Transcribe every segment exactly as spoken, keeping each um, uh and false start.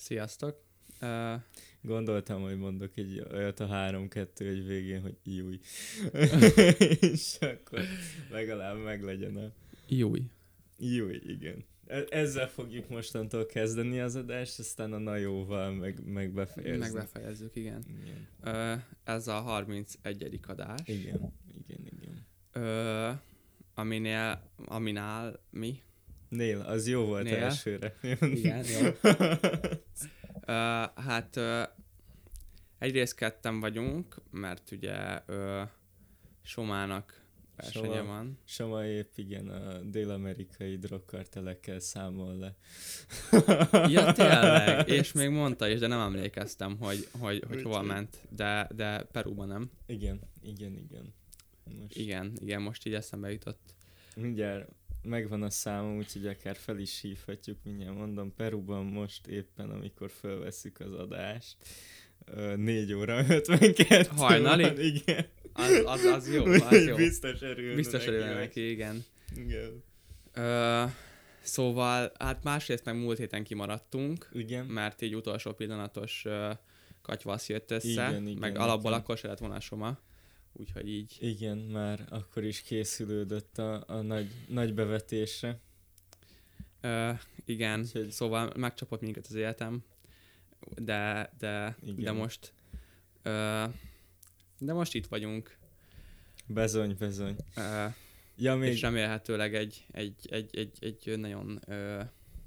Sziasztok! Uh, Gondoltam, hogy mondok egy olyat a három-kettő egy végén, hogy júj. És akkor legalább meglegyen a... Júj. Júj, igen. Ezzel fogjuk mostantól kezdeni az adást, aztán a najóval meg, meg befejezni. Meg befejezzük, igen. igen. Uh, ez a harmincegyedik adás. Igen, igen, igen. Uh, aminél, aminál mi? Nél, az jó volt Nél. elsőre. Igen, jó. Uh, hát uh, egyrészt ketten vagyunk, mert ugye uh, Somának versenye Soma, van. Soma épp igen, a dél-amerikai drogkartelekkel számol le. Ja, tényleg, és még mondta is, de nem emlékeztem, hogy, hogy, hogy hova ment, de, de Perúban nem. Igen, igen, igen. Most... Igen, igen, most így eszembe jutott. Mindjárt megvan a számom, úgyhogy akár fel is hívhatjuk, mindjárt mondom, Perúban most éppen, amikor felveszük az adást, négy óra ötvenkettő Hajnali? Van, igen. Az, az, az jó, az jó. Biztos örülne Biztos neki. örülne neki, igen. Igen. Ö, szóval, hát másrészt meg múlt héten kimaradtunk, igen. mert így utolsó pillanatos uh, katyvasz jött össze, igen, igen, meg alapból akkor se lett volna Soma. Úgyhogy így. Igen, már akkor is készülődött a, a nagy, nagy bevetésre. Ö, igen, Úgyhogy... szóval megcsapott minket az életem, de, de, de most ö, de most itt vagyunk. Bezony, bezony. Ö, ja, még... És remélhetőleg egy, egy, egy, egy, egy nagyon ö,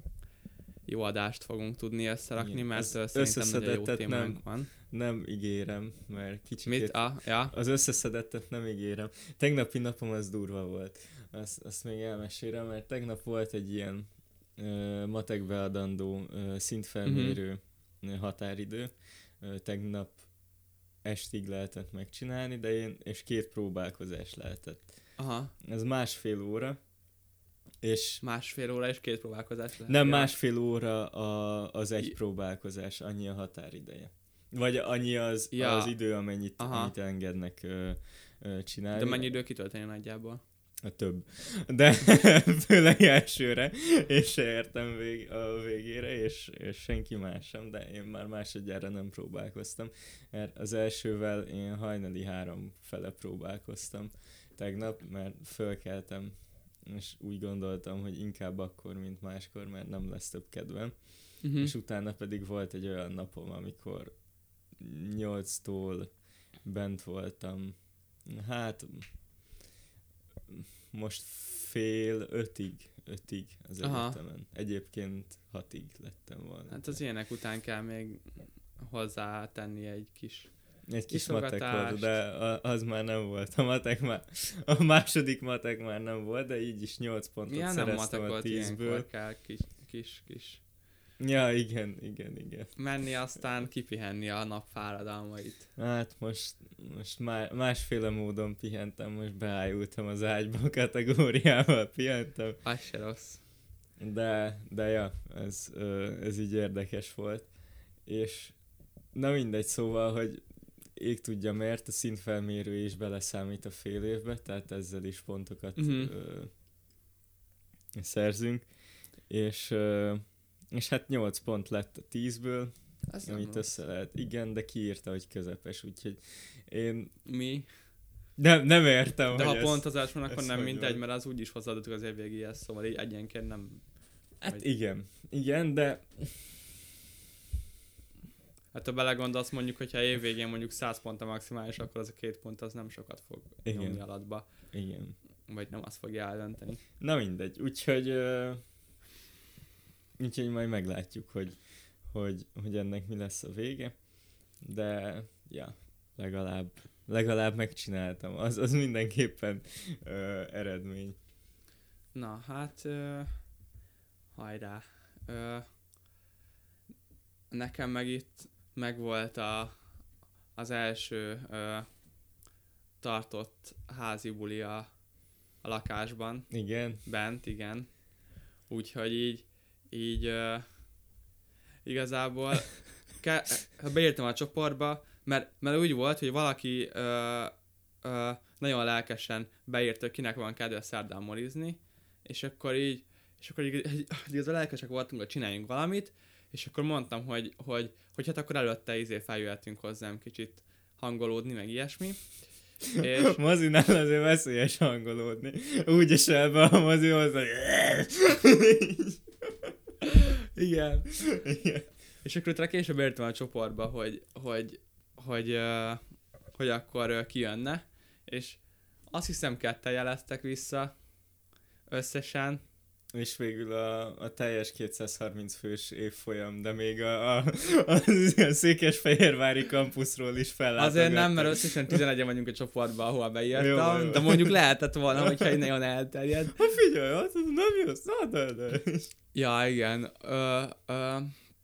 jó adást fogunk tudni összerakni, igen, mert az szerintem nagyon jó témánk nem, van. Nem ígérem, mert kicsit... Mit? Ah, ja. Az összeszedettet nem ígérem. Tegnapi napom az durva volt. Azt, azt még elmesélem, mert tegnap volt egy ilyen uh, matek beadandó uh, szintfelmérő uh-huh. határidő. Uh, tegnap estig lehetett megcsinálni, de én, és két próbálkozás lehetett. Aha. Ez másfél óra. És másfél óra és két próbálkozás lehet. Nem, másfél óra a, az egy I... próbálkozás, annyi a határideje. Vagy annyi az, ja. az idő, amennyit, amennyit engednek ö, ö, csinálni. De mennyi idő kitölteni nagyjából? A több. De főleg elsőre, és se értem vég, a végére, és, és senki más sem, de én már másodjára nem próbálkoztam. Mert az elsővel én hajnali három fele próbálkoztam tegnap, mert fölkeltem, és úgy gondoltam, hogy inkább akkor, mint máskor, mert nem lesz több kedvem. Uh-huh. És utána pedig volt egy olyan napom, amikor nyolctól bent voltam, hát most fél ötig, ötig az egyetemen. Egyébként hatig lettem volna. Hát az ilyenek után kell még hozzátenni egy kis Egy kis matek volt, de az már nem volt. A matek már, a második matek már nem volt, de így is nyolc pontot milyen szereztem a tízből. Kell kis, kis, kis. Ja, igen, igen, igen. Menni, aztán kipihenni a nap fáradalmait. Hát most, most má, másféle módon pihentem, most beájultam az ágyba, kategóriával pihentem. Az se rossz. De, de ja, ez, ez így érdekes volt. És na mindegy, szóval, hogy ég tudja miért, a szintfelmérő is beleszámít a fél évbe, tehát ezzel is pontokat uh-huh. ö, szerzünk. És... Ö, És hát nyolc pont lett a tízből, az amit össze lehet. Igen, de kiírta, hogy közepes, úgyhogy én... Mi? Nem, nem értem, de hogy ha ez, pontozás van, akkor nem mindegy, mert az úgyis hozzáadottuk az év végéhez, szóval így egyenként nem... Hát vagy... igen, igen, de... Hát ha belegondolsz mondjuk, hogyha év végén mondjuk száz pont a maximális, akkor az a két pont az nem sokat fog igen. nyomni alatba. Igen. Vagy nem azt fogja eldönteni. Na mindegy, úgyhogy... Uh... Úgyhogy majd meglátjuk, hogy, hogy, hogy ennek mi lesz a vége, de ja, legalább, legalább megcsináltam, az, az mindenképpen ö, eredmény. Na hát, ö, hajrá. Ö, nekem meg itt megvolt a, az első ö, tartott házi buli a, a lakásban. Igen. Bent, igen. Úgyhogy így Így uh, igazából ke- beírtam a csoportba, mert, mert úgy volt, hogy valaki uh, uh, nagyon lelkesen beírta, hogy kinek van kedve szerdán molizni, és akkor így, és akkor így, így, így az a lelkesek voltunk, hogy csináljunk valamit, és akkor mondtam, hogy, hogy, hogy hát akkor előtte izé feljöhetünk hozzám kicsit hangolódni, meg ilyesmi. És... Mozinál azért veszélyes hangolódni. Úgy is el be a mozihoz, hogy... Igen. Igen. És akkor utána később értem a csoportba, hogy, hogy, hogy, uh, hogy akkor uh, kijönne, és azt hiszem ketten jeleztek vissza összesen. És végül a, a teljes kétszázharminc fős évfolyam, de még a, a, a, a Székesfehérvári kampuszról is fellátogattak. Azért nem, mert összesen tizenegyen vagyunk a csoportban, ahol beírtam, jó, jó. De mondjuk lehetett volna, hogyha így nagyon elterjed. Ha figyelj, hát nem jössz, na de, de. Ja, igen. Ö, ö,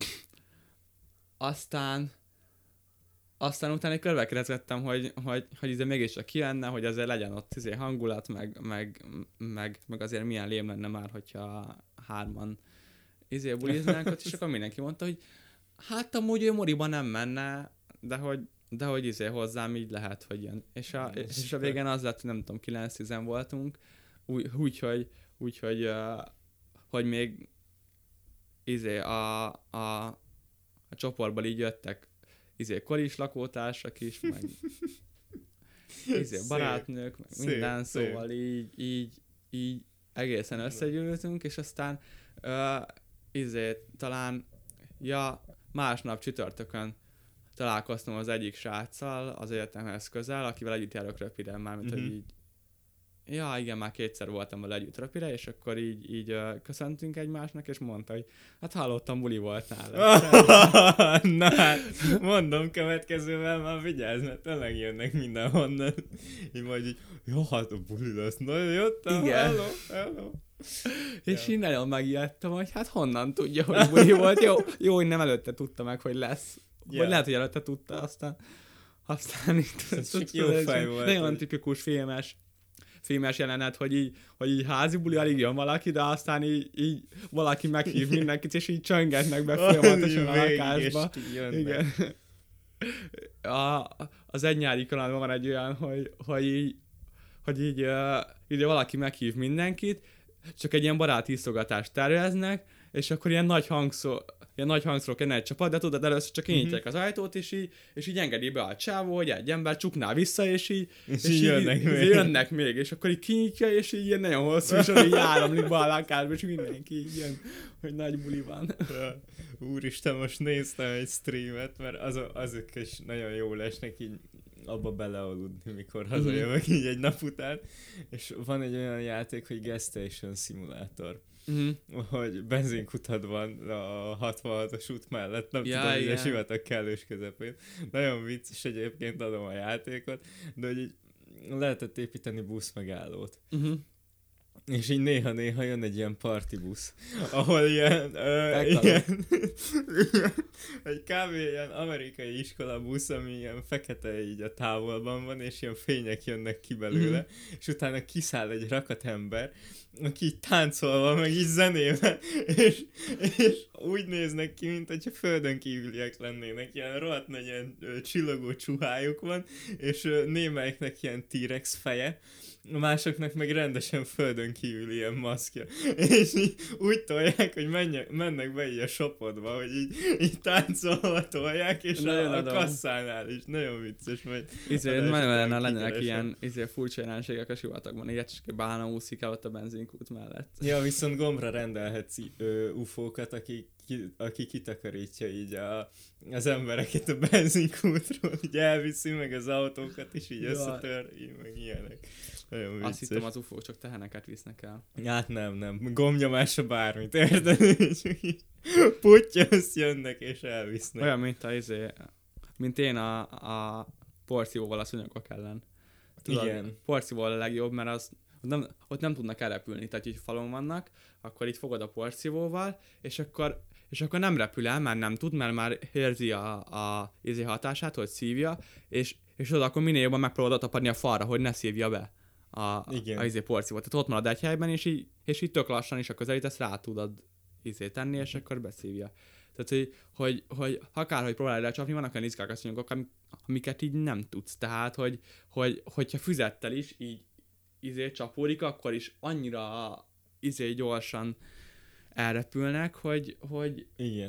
aztán aztán utána körbekeresztettem, hogy, hogy, hogy izé mégiscsak kijönne, hogy azért legyen ott izé hangulat, meg, meg, meg, meg azért milyen lém lenne már, hogyha hárman izé buliznánk ott, és akkor mindenki mondta, hogy hát amúgy ő moriban nem menne, de hogy, de hogy izé hozzám így lehet, hogy jön. És a, és a végén az lett, hogy nem tudom, kilenc-tízen voltunk, úgyhogy úgy, hogy, úgy, hogy, uh, hogy még izé a, a, a csoportból így jöttek izé koris lakótársak is, meg izé barátnők, meg szép, minden, szép. Szóval így, így, így egészen összegyűltünk, és aztán uh, izé talán, ja, másnap csütörtökön találkoztam az egyik sráccal az egyetemhez közel, akivel együtt járok röpiden, mármint, mm-hmm. hogy így ja, igen, már kétszer voltam vele együtt röpire, és akkor így, így uh, köszöntünk egymásnak, és mondta, hogy hát hallottam, buli volt nála. Na hát, mondom, következővel már vigyázz, mert tényleg jönnek mindenhonnan. Így majd így, jó, hát a buli lesz, nagyon jöttem, hello, hello. És ja. Így nagyon megijedtem, hogy hát honnan tudja, hogy buli volt. Jó, jó, hogy nem előtte tudta meg, hogy lesz. Yeah. Vagy lehet, hogy előtte tudta, aztán aztán itt csak jó fej volt. Nagyon tipikus filmes filmes jelenet, hogy így, hogy így házi buli, alig jön valaki, de aztán így, így valaki meghív mindenkit, és így csöngetnek be folyamatosan a lakásba. Igen. A, az egy nyári kalandban van egy olyan, hogy, hogy így, hogy így, uh, így valaki meghív mindenkit, csak egy ilyen baráti iszogatást terveznek, és akkor ilyen nagy hangszó, ilyen nagy hangszóról kellene egy csapat, de tudod, először csak kinyitják mm-hmm. az ajtót, és így, és így engedi be a csávó, hogy egy ember csukná vissza, és így, és és így jönnek, így, még. jönnek még, és akkor így kinyitja, és így ilyen nagyon hosszú, és így áramlik be a lakásba, és mindenki így jön, hogy nagy buli van. Úristen, most néztem egy streamet, mert az, azok is nagyon jó lesnek így abba belealudni, mikor hazajövök így egy nap után, és van egy olyan játék, hogy Gas Station Simulator. Uh-huh. Hogy benzinkutad van a hatvanhatos út mellett, nem ja, tudom, hogy a sivatag kellős közepén. Nagyon vicces, egyébként adom a játékot, de hogy így lehetett építeni buszmegállót. Uh-huh. És így néha-néha jön egy ilyen partibusz, ahol ilyen, ö, ilyen egy kb. Ilyen amerikai iskolabusz, ami ilyen fekete így a távolban van, és ilyen fények jönnek ki belőle, mm. és utána kiszáll egy rakat ember, aki így táncolva, meg így zenével, és, és úgy néznek ki, mint hogyha földön kívüliek lennének, ilyen rohadt nagy ilyen ö, csillogó csuhájuk van, és ö, némelyiknek ilyen T-rex feje, a másoknak meg rendesen földön kívül ilyen maszkja. És így úgy tolják, hogy menjek, mennek be így a shopodba, hogy így, így táncolva tolják, és a, a kasszánál is. Nagyon vicces, majd... Izé, nagyon lenne lennének ilyen izé, furcsa jelenségek a sivatagban, így csak bálna úszik el ott a benzinkút mellett. Ja, viszont gombra rendelhetsz ö, ufókat, aki, ki, aki kitakarítja így a, az embereket a benzinkútról, így elviszi meg az autókat, és így ja. összetör, így meg ilyenek. Azt hittem, az ufók csak teheneket visznek el. Hát nem, nem. Gombnyomásra bármit, érted? Puttyasz jönnek és elvisznek. Olyan, mint a izé, mint én a, a porszívóval a szúnyogok ellen. Tudod, igen. Porszívóval a legjobb, mert az, ott, nem, ott nem tudnak elrepülni, tehát így falon vannak, akkor így fogod a porszívóval, és akkor, és akkor nem repül el, mert nem tud, mert már érzi a, a izé hatását, hogy szívja, és, és oda akkor minél jobban megpróbálod tapadni a falra, hogy ne szívja be a, a izé porszívót. Tehát ott marad egy helyben, és így, és így tök lassan is a közelítesz, rá tudod izé tenni, és akkor beszívja. Tehát, hogy, hogy, hogy akárhogy próbálod lecsapni, vannak olyan izgák asszonyok, amiket így nem tudsz. Tehát, hogy, hogy, hogyha füzettel is így izé csapódik, akkor is annyira izé gyorsan elrepülnek, hogy, hogy, igen.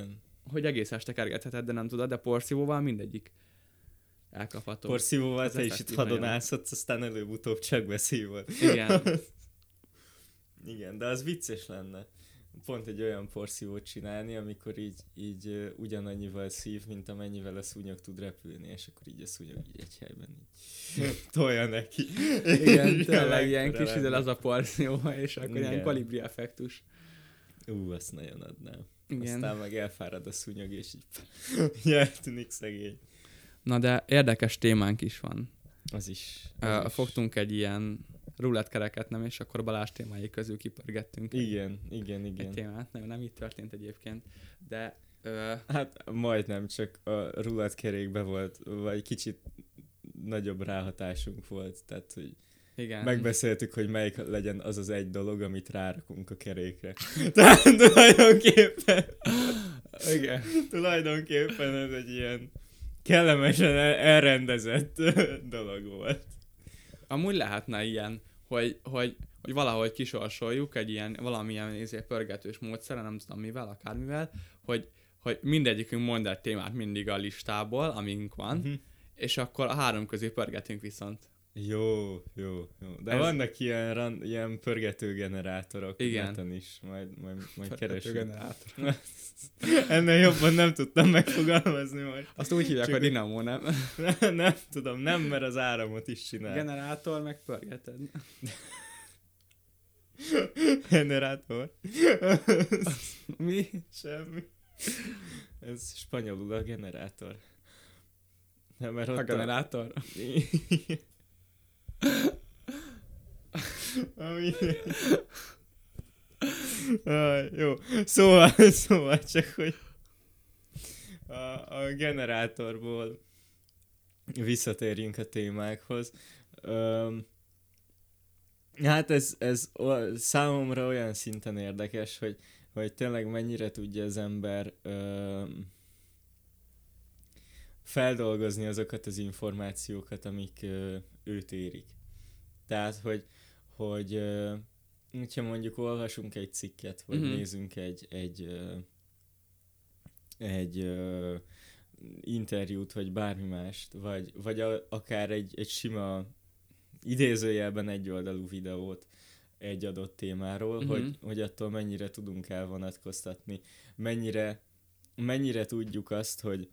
hogy egész este kergetheted, de nem tudod, de porszívóval mindegyik elkapható. Porszívóval Ez te is itt effektív nagyon. hadonázhatsz, aztán előbb-utóbb csak beszívod. Igen. Igen, de az vicces lenne. Pont egy olyan porszívót csinálni, amikor így, így uh, ugyanannyival szív, mint amennyivel a szúnyog tud repülni, és akkor így a szúnyog így egy helyben így tolja neki. Igen, tényleg ilyen kis ide az a porszívó, és akkor Igen. ilyen kolibri effektus. Ú, azt nagyon adnám. Igen. Aztán meg elfárad a szúnyog, és így, így eltűnik szegény. Na de érdekes témánk is van. Az is. Az Uh, is. fogtunk egy ilyen rulettkereket, nem? És akkor Balázs témái közül kipörgettünk Igen, igen, egy igen. témát. Nem, nem így történt egyébként. De uh, Hát majdnem, csak a rulettkerékbe volt, vagy kicsit nagyobb ráhatásunk volt, tehát hogy igen. megbeszéltük, hogy melyik legyen az az egy dolog, amit rárakunk a kerékre. Tehát tulajdonképpen, Igen. tulajdonképpen ez egy ilyen kellemesen el- elrendezett dolog volt. Amúgy lehetne ilyen, hogy, hogy, hogy valahogy kisorsoljuk egy ilyen valamilyen izé, pörgetős módszerre, nem tudom mivel, akármivel, hogy, hogy mindegyikünk mond egy témát mindig a listából, amink van, Uh-huh. és akkor a három közé pörgetünk viszont. Jó, jó, jó. De Ez- vannak ilyen, ran, ilyen pörgető generátorok. Igen. neten is, majd, majd, majd Pörgető keresünk. generátor. Ennél jobban nem tudtam megfogalmazni majd. Azt úgy hívják, Csak- hogy dinamó, nem? Nem, nem tudom, nem, mert az áramot is csinál. Generátor, meg pörgeted. Generátor. Mi? Semmi. Ez spanyolul a generátor. Nem, mert ott A generátor? Ami... ah, jó, szóval, szóval csak, hogy a, a generátorból visszatérjünk a témákhoz. Öm, hát ez, ez o- számomra olyan szinten érdekes, hogy, hogy tényleg mennyire tudja az ember öm, feldolgozni azokat az információkat, amik ö, őt érik. Tehát, hogy, hogy ö, hogyha mondjuk olvasunk egy cikket, vagy Mhm. uh-huh. nézünk egy, egy, ö, egy ö, interjút, vagy bármi mást, vagy, vagy a, akár egy, egy sima idézőjelben egyoldalú videót egy adott témáról, Mhm. hogy, hogy attól mennyire tudunk elvonatkoztatni, mennyire, mennyire tudjuk azt, hogy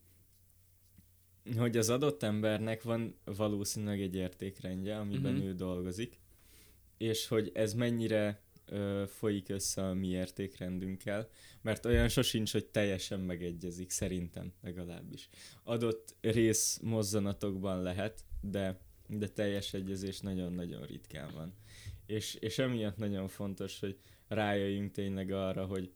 hogy az adott embernek van valószínűleg egy értékrendje, amiben Mhm. ő dolgozik, és hogy ez mennyire ö, folyik össze a mi értékrendünkkel, mert olyan sosincs, hogy teljesen megegyezik, szerintem legalábbis. Adott rész mozzanatokban lehet, de, de teljes egyezés nagyon-nagyon ritkán van. És, és emiatt nagyon fontos, hogy rájöjjünk tényleg arra, hogy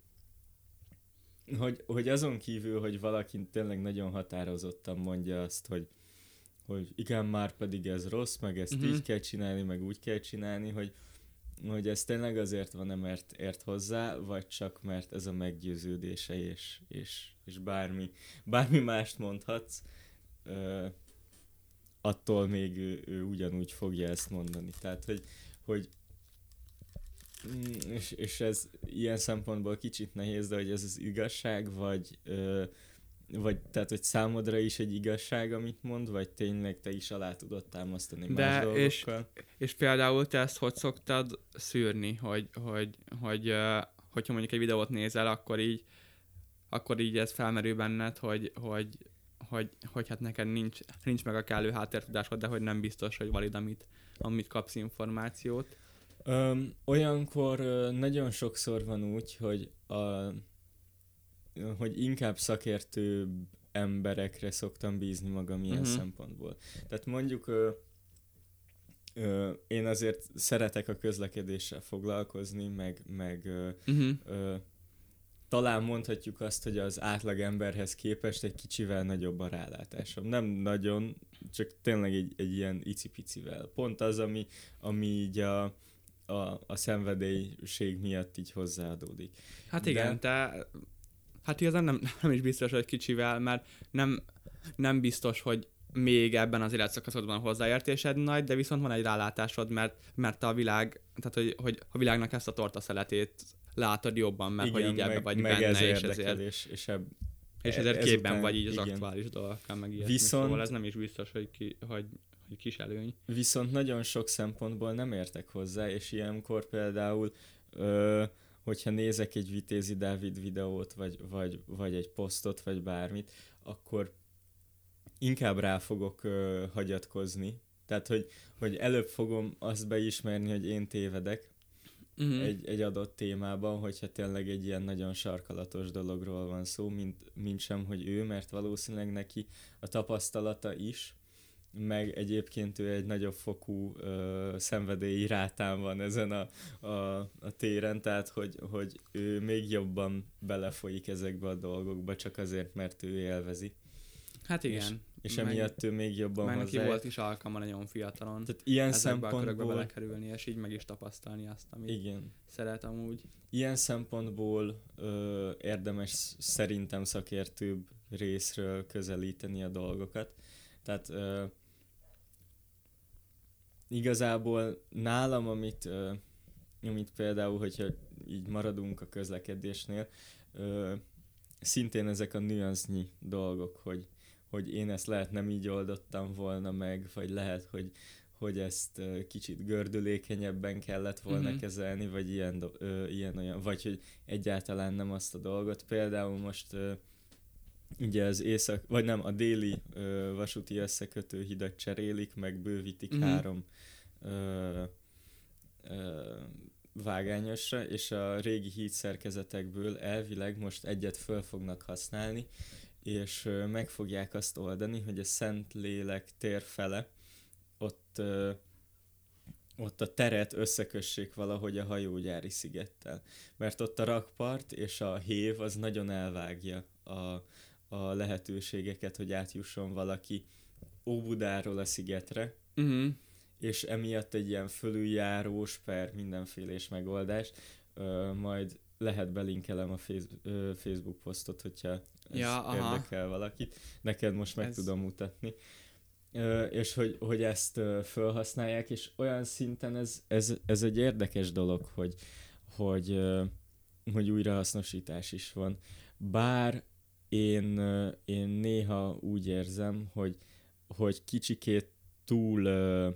Hogy, hogy azon kívül, hogy valaki tényleg nagyon határozottan mondja azt, hogy, hogy igen, már pedig ez rossz, meg ezt Mhm. így kell csinálni, meg úgy kell csinálni, hogy, hogy ez tényleg azért van-e, mert ért hozzá, vagy csak mert ez a meggyőződése, és, és, és bármi, bármi mást mondhatsz, ö, attól még ő, ő ugyanúgy fogja ezt mondani. Tehát, hogy, hogy Mm, és, és ez ilyen szempontból kicsit nehéz, de hogy ez az igazság, vagy, ö, vagy tehát, hogy számodra is egy igazság, amit mond, vagy tényleg te is alá tudod támasztani más De és, dolgokkal? és például te ezt hogy szoktad szűrni, hogy, hogy, hogy uh, hogyha mondjuk egy videót nézel, akkor így, akkor így ez felmerül benned, hogy, hogy, hogy, hogy hát neked nincs, nincs meg a kellő háttértudásod, de hogy nem biztos, hogy valid, amit, amit kapsz információt. Öm, olyankor ö, nagyon sokszor van úgy, hogy, a, hogy inkább szakértő emberekre szoktam bízni magam ilyen Mhm. szempontból. Tehát mondjuk ö, ö, én azért szeretek a közlekedéssel foglalkozni, meg, meg ö, Uh-huh. ö, talán mondhatjuk azt, hogy az átlag emberhez képest egy kicsivel nagyobb a rálátásom. Nem nagyon, csak tényleg egy, egy ilyen icipicivel. Pont az, ami, ami így a, a, a szenvedélység miatt így hozzáadódik. Hát igen, De- te... Hát igazán nem, nem is biztos, hogy kicsivel, mert nem, nem biztos, hogy még ebben az életszakaszodban hozzáértésed nagy, de viszont van egy rálátásod, mert, mert te a világ, tehát hogy, hogy a világnak ezt a tortaszeletét látod jobban, mert hogy így ebbe vagy meg benne, ez és érdekel, ezért... és, és ebb, És ezért képben vagy így az igen. aktuális dolgokkal, meg ilyesmi. Viszont... Szóval ez nem is biztos, hogy, ki, hogy, hogy kis előny. Viszont nagyon sok szempontból nem értek hozzá, és ilyenkor például, ö, hogyha nézek egy Vitézi Dávid videót, vagy, vagy, vagy egy posztot, vagy bármit, akkor inkább rá fogok ö, hagyatkozni. Tehát, hogy, hogy előbb fogom azt beismerni, hogy én tévedek uh-huh. egy, egy adott témában, hogyha tényleg egy ilyen nagyon sarkalatos dologról van szó, mint, mint sem, hogy ő, mert valószínűleg neki a tapasztalata is, meg egyébként ő egy nagyobb fokú ö, szenvedélyi rátán van ezen a, a, a téren, tehát hogy, hogy ő még jobban belefolyik ezekbe a dolgokba, csak azért, mert ő élvezi. Hát igen. És, és emiatt ő még jobban hozzá. Neki volt is alkalma nagyon fiatalon. Tehát ilyen szempontból... ezekbe a körökbe belekerülni, és így meg is tapasztalni azt, amit igen. szeret amúgy. Ilyen szempontból ö, érdemes szerintem szakértőbb részről közelíteni a dolgokat. Tehát ö, igazából nálam, amit, ö, amit például, hogyha így maradunk a közlekedésnél, ö, szintén ezek a nüansznyi dolgok, hogy hogy én ezt lehet nem így oldottam volna meg, vagy lehet, hogy, hogy ezt uh, kicsit gördülékenyebben kellett volna uh-huh. kezelni, vagy ilyen, do- uh, ilyen olyan, vagy hogy egyáltalán nem azt a dolgot. Például most uh, ugye az észak, vagy nem, a déli uh, vasúti összekötő hidat cserélik, meg bővítik uh-huh. három uh, uh, vágányosra, és a régi híd szerkezetekből elvileg most egyet föl fognak használni, és ö, meg fogják azt oldani, hogy a Szentlélek tér fele, ott, ö, ott a teret összekössék valahogy a hajógyári szigettel. Mert ott a rakpart és a hév az nagyon elvágja a, a lehetőségeket, hogy átjusson valaki Óbudáról a szigetre, uh-huh. és emiatt egy ilyen fölüljárós per mindenfélés megoldást, ö, majd lehet belinkelem a Facebook posztot, hogyha ez ja, érdekel valakit. Neked most meg ez... tudom mutatni. Ö, és hogy, hogy ezt ö, felhasználják, és olyan szinten ez, ez, ez egy érdekes dolog, hogy, hogy, ö, hogy újrahasznosítás is van. Bár én, ö, én néha úgy érzem, hogy, hogy kicsikét túl ö,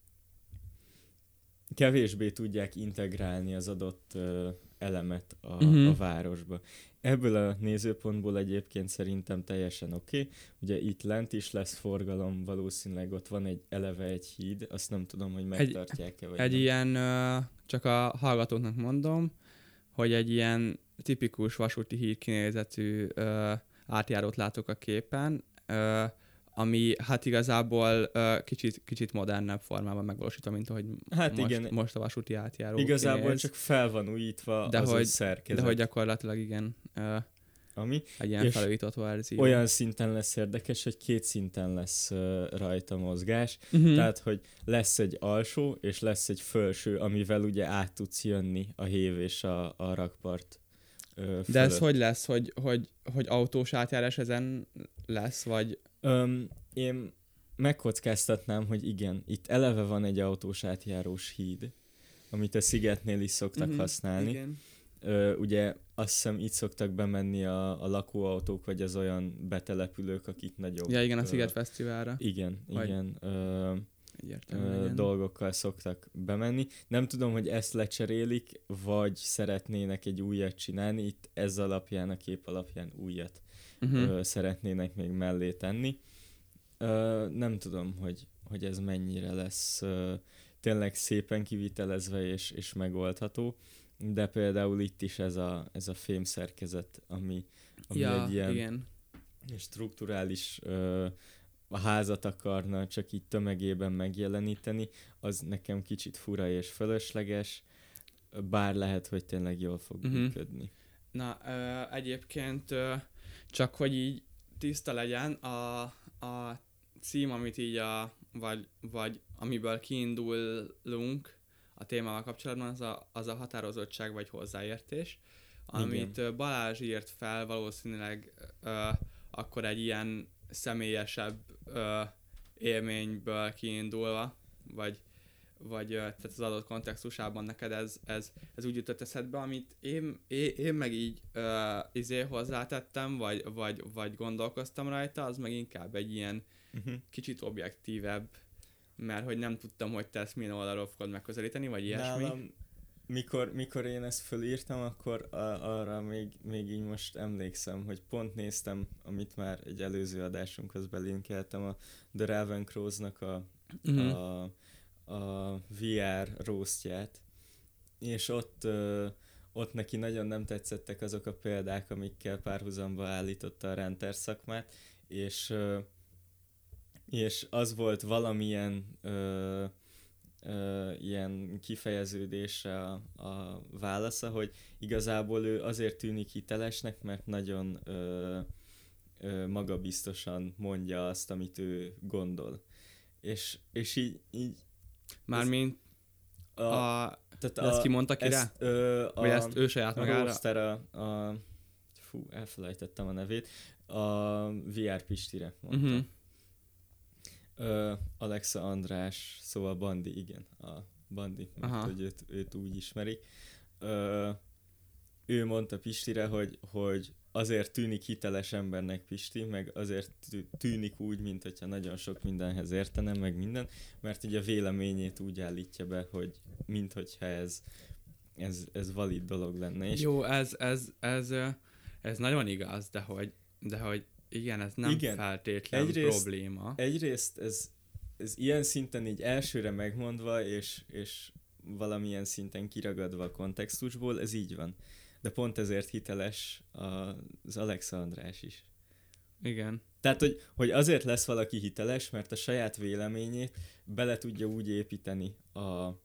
kevésbé tudják integrálni az adott ö, elemet a, uh-huh. a városba. Ebből a nézőpontból egyébként szerintem teljesen oké. Okay. Ugye itt lent is lesz forgalom, valószínűleg ott van egy eleve egy híd, azt nem tudom, hogy megtartják-e vagy Egy nem. ilyen, csak a hallgatóknak mondom, hogy egy ilyen tipikus vasúti híd kinézetű átjárót látok a képen, ami hát igazából uh, kicsit, kicsit modernebb formában megvalósítva, mint ahogy hát most, igen. most a vasúti átjáró igazából kinéz. Csak fel van újítva de az hogy, szerkezet. De hogy gyakorlatilag igen, uh, ami, egy ilyen felújított verzió. Olyan szinten lesz érdekes, hogy két szinten lesz uh, rajta mozgás, uh-huh. tehát hogy lesz egy alsó, és lesz egy felső, amivel ugye át tudsz jönni a hév és a, a rakpart. De ez hogy lesz, hogy, hogy, hogy autós átjárás ezen lesz, vagy... Um, én megkockáztatnám, hogy igen, itt eleve van egy autós átjárós híd, amit a szigetnél is szoktak uh-huh, használni. Igen. Ö, ugye azt hiszem itt szoktak bemenni a, a lakóautók, vagy az olyan betelepülők, akik nagyobb... Ja igen, a Sziget Fesztiválra. Igen, vagy... igen. Ö, Ö, dolgokkal szoktak bemenni. Nem tudom, hogy ezt lecserélik, vagy szeretnének egy újat csinálni. Itt ez alapján, a kép alapján újat uh-huh. ö, szeretnének még mellé tenni. Ö, nem tudom, hogy, hogy ez mennyire lesz ö, tényleg szépen kivitelezve és, és megoldható, de például itt is ez a, ez a fémszerkezet, ami, ami ja, egy ilyen igen. strukturális ö, a házat akarna csak így tömegében megjeleníteni, az nekem kicsit fura és fölösleges, bár lehet, hogy tényleg jól fog uh-huh. működni. Na, ö, egyébként ö, csak hogy így tiszta legyen, a, a cím, amit így a, vagy, vagy amiből kiindulunk a témával kapcsolatban, az a, az a határozottság vagy hozzáértés, amit igen. Balázs írt fel valószínűleg ö, akkor egy ilyen személyesebb ö, élményből kiindulva, vagy vagy ö, tehát az adott kontextusában neked ez, ez, ez úgy jutott eszedbe, amit én, én, én meg így ö, izé hozzátettem, vagy, vagy, vagy gondolkoztam rajta, az meg inkább egy ilyen Uh-huh. kicsit objektívebb, mert hogy nem tudtam, hogy te ezt milyen oldalról fogod megközelíteni, vagy ilyesmi. Nálam, mikor, mikor én ezt fölírtam, akkor a, arra még, még így most emlékszem, hogy pont néztem, amit már egy előző adásunkhoz belinkeltem, a The Ravencrows-nak a, Uh-huh. a, a vé er roastját, és ott, ö, ott neki nagyon nem tetszettek azok a példák, amikkel párhuzamba állította a renter szakmát, és, ö, és az volt valamilyen ö, ö, ilyen kifejeződésre a, a válasza, hogy igazából ő azért tűnik hitelesnek, mert nagyon ö, ö, magabiztosan mondja azt, amit ő gondol. És, és így, így Mármint a, a... tehát De ezt kimondta ki rá? ezt, ö, a, Vagy ezt ő saját a magára? roaster a, a fú, elfelejtettem a nevét, a vé er Pistire mondta. Uh-huh. Ö, Alexa András, szóval Bandi, igen, a Bandi, mert Aha. hogy őt, őt úgy ismerik. Ö, ő mondta Pistire, hogy, hogy azért tűnik hiteles embernek Pisti, meg azért tű- tűnik úgy, mint hogyha nagyon sok mindenhez értene, meg minden, mert ugye a véleményét úgy állítja be, hogy mint hogyha ez, ez, ez valid dolog lenne. És Jó, ez, ez, ez, ö, ez nagyon igaz, de hogy, de hogy igen, ez nem Igen. feltétlen Egyrészt- probléma. egyrészt ez, ez ilyen szinten így elsőre megmondva, és, és valamilyen szinten kiragadva a kontextusból, ez így van. De pont ezért hiteles az Alexa András is. Igen. Tehát, hogy, hogy azért lesz valaki hiteles, mert a saját véleményét bele tudja úgy építeni a,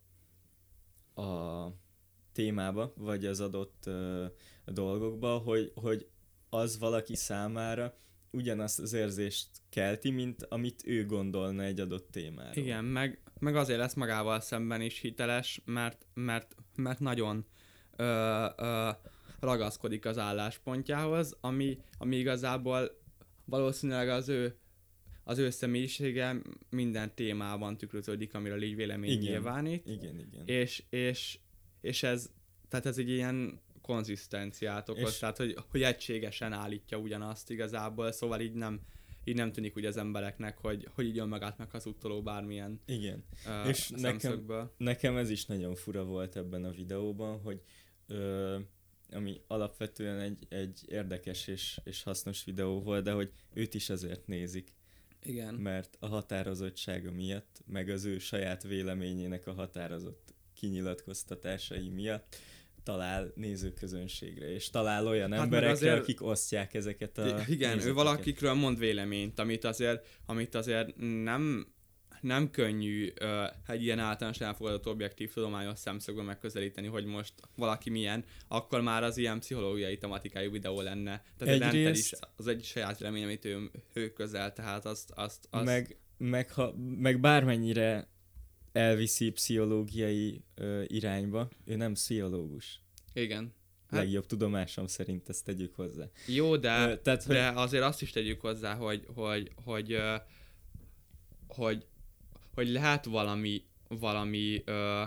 a témába, vagy az adott uh, dolgokba, hogy, hogy az valaki számára ugyanazt az érzést kelti, mint amit ő gondolna egy adott témáról. Igen, meg, meg azért lesz magával szemben is hiteles, mert, mert, mert nagyon ö, ö, ragaszkodik az álláspontjához, ami, ami igazából valószínűleg az ő, az ő személyisége minden témában tükröződik, amiről így vélemény Igen. nyilvánít, Igen, igen. és, és, és ez, tehát ez egy ilyen konzisztenciát okoz, És- tehát hogy, hogy egységesen állítja ugyanazt igazából, szóval így nem, így nem tűnik úgy az embereknek, hogy, hogy így jön magát meghazudtoló bármilyen Igen. uh, És nekem- szemszögből. Nekem ez is nagyon fura volt ebben a videóban, hogy ö, ami alapvetően egy, egy érdekes és, és hasznos videó volt, de hogy őt is azért nézik, Igen. mert a határozottsága miatt, meg az ő saját véleményének a határozott kinyilatkoztatásai miatt talál nézőközönségre, és talál olyan Hát meg emberekre, azért- akik osztják ezeket a I- Igen, ő nézeteket. valakikről mond véleményt, amit azért, amit azért nem, nem könnyű uh, egy ilyen általános elfogadott objektív tudományos szemszögből megközelíteni, hogy most valaki milyen, akkor már az ilyen pszichológiai tematikájú videó lenne. Tehát egy rendszer is, Egyrészt- az egy saját vélemény, amit ő, ő közel, tehát azt... azt, azt Meg, meg, ha, meg bármennyire elviszi pszichológiai ö, irányba, ő nem pszichológus. Igen. Hát, legjobb tudomásom szerint, ezt tegyük hozzá. Jó, de, Ö, tehát, hogy de azért azt is tegyük hozzá, hogy, hogy, hogy, ö, hogy, hogy lehet valami, valami ö,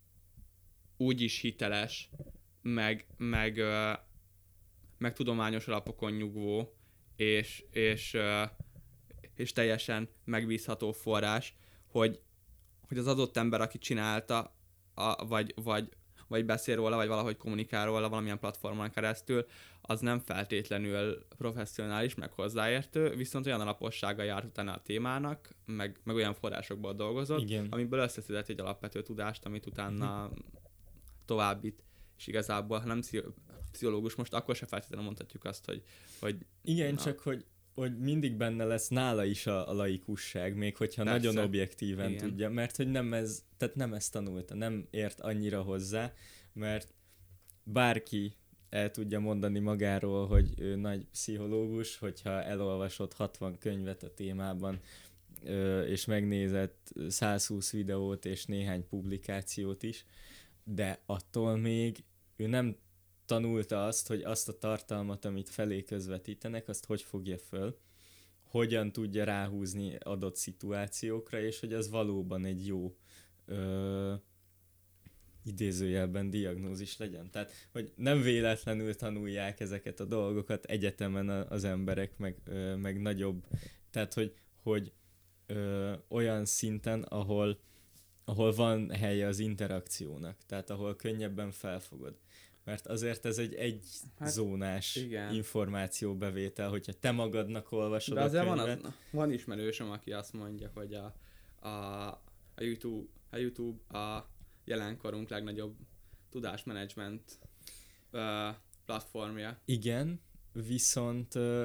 úgy is hiteles, meg, meg, ö, meg tudományos alapokon nyugvó, és, és, ö, és teljesen megbízható forrás, hogy, hogy az adott ember, aki csinálta, a, vagy, vagy, vagy beszél róla, vagy valahogy kommunikál róla valamilyen platformon keresztül, az nem feltétlenül professzionális, meg hozzáértő, viszont olyan alapossággal járt utána a témának, meg, meg olyan forrásokból dolgozott, igen. amiből összeszedett egy alapvető tudást, amit utána továbbít, és igazából, ha nem pszicho- pszichológus, most akkor se feltétlenül mondhatjuk azt, hogy, hogy Igen, na. csak hogy, hogy mindig benne lesz nála is a, a laikusság, még hogyha Persze. nagyon objektíven Igen. tudja, mert hogy nem ez, tehát nem ezt tanulta, nem ért annyira hozzá, mert bárki el tudja mondani magáról, hogy ő nagy pszichológus, hogyha elolvasott hatvan könyvet a témában, ö, és megnézett százhúsz videót és néhány publikációt is, de attól még ő nem tanulta azt, hogy azt a tartalmat, amit felé közvetítenek, azt hogy fogja föl, hogyan tudja ráhúzni adott szituációkra, és hogy az valóban egy jó ö, idézőjelben diagnózis legyen. Tehát, hogy nem véletlenül tanulják ezeket a dolgokat egyetemen az emberek, meg, ö, meg nagyobb. Tehát, hogy, hogy ö, olyan szinten, ahol, ahol van helye az interakciónak. Tehát, ahol könnyebben felfogod. Mert azért ez egy egyzónás hát, információbevétel, hogyha te magadnak olvasod de a azért könyvet. Van, az, van ismerősöm, aki azt mondja, hogy a, a, a, YouTube, a YouTube a jelenkorunk legnagyobb tudásmenedzsment uh, platformja. Igen, viszont uh,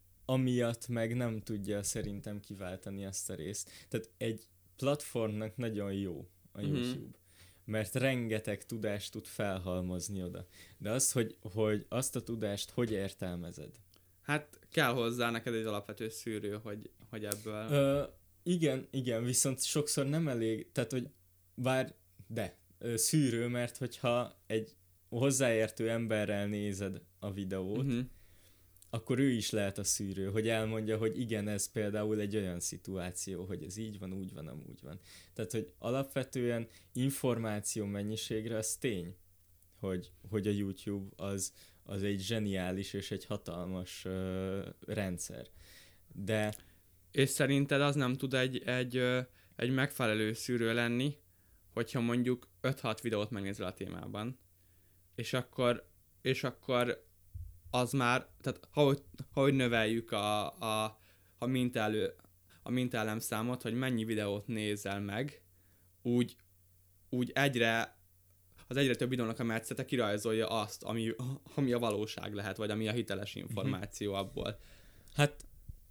amiatt meg nem tudja szerintem kiváltani azt a részt. Tehát egy platformnak nagyon jó a YouTube. Mm-hmm. Mert rengeteg tudást tud felhalmozni oda. De az, hogy, hogy azt a tudást hogy értelmezed? Hát kell hozzá neked egy alapvető szűrő, hogy, hogy ebből... Ö, igen, igen, viszont sokszor nem elég, tehát hogy bár, de, ö, szűrő, mert hogyha egy hozzáértő emberrel nézed a videót, uh-huh. akkor ő is lehet a szűrő, hogy elmondja, hogy igen, ez például egy olyan szituáció, hogy ez így van, úgy van, amúgy van. Tehát, hogy alapvetően információ mennyiségre az tény, hogy, hogy a YouTube az, az egy zseniális és egy hatalmas uh, rendszer. De... És szerinted az nem tud egy, egy, egy megfelelő szűrő lenni, hogyha mondjuk öt-hat videót megnézel a témában, és akkor, és akkor az már, tehát ahogy, ahogy növeljük a, a, a, mintálő, a mintálem számot, hogy mennyi videót nézel meg, úgy, úgy egyre, az egyre több videónak a metszete kirajzolja azt, ami, ami a valóság lehet, vagy ami a hiteles információ abból. Hát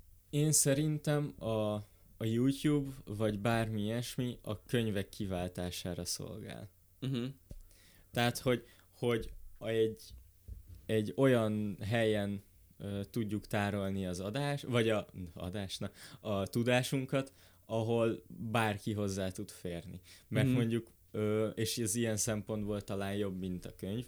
én szerintem a, a YouTube, vagy bármi ilyesmi a könyvek kiváltására szolgál. Uh-huh. Tehát, hogy, hogy egy egy olyan helyen uh, tudjuk tárolni az adás, vagy a adásnak a tudásunkat, ahol bárki hozzá tud férni. Mert mm. mondjuk, uh, és ez ilyen szempontból talán jobb, mint a könyv,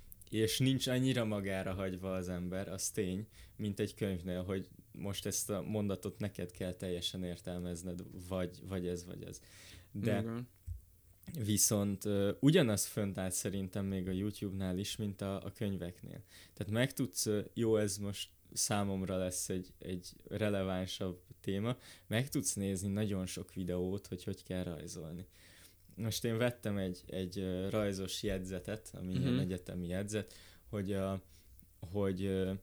és nincs annyira magára hagyva az ember, az tény, mint egy könyvnél, hogy most ezt a mondatot neked kell teljesen értelmezned, vagy, vagy ez, vagy ez. De... Mm. Viszont uh, ugyanaz fönt állt szerintem még a YouTube-nál is, mint a, a könyveknél. Tehát meg tudsz, uh, jó, ez most számomra lesz egy, egy relevánsabb téma, meg tudsz nézni nagyon sok videót, hogy hogy kell rajzolni. Most én vettem egy, egy uh, rajzos jegyzetet, ami uh-huh. ilyen egyetemi jegyzet, hogy, uh, hogy uh,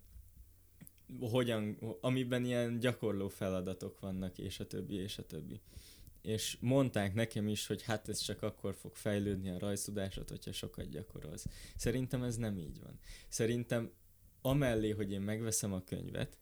hogyan, amiben ilyen gyakorló feladatok vannak, és a többi, és a többi. És mondták nekem is, hogy hát ez csak akkor fog fejlődni a rajztudásod, hogyha sokat gyakorolsz. Szerintem ez nem így van. Szerintem amellé, hogy én megveszem a könyvet,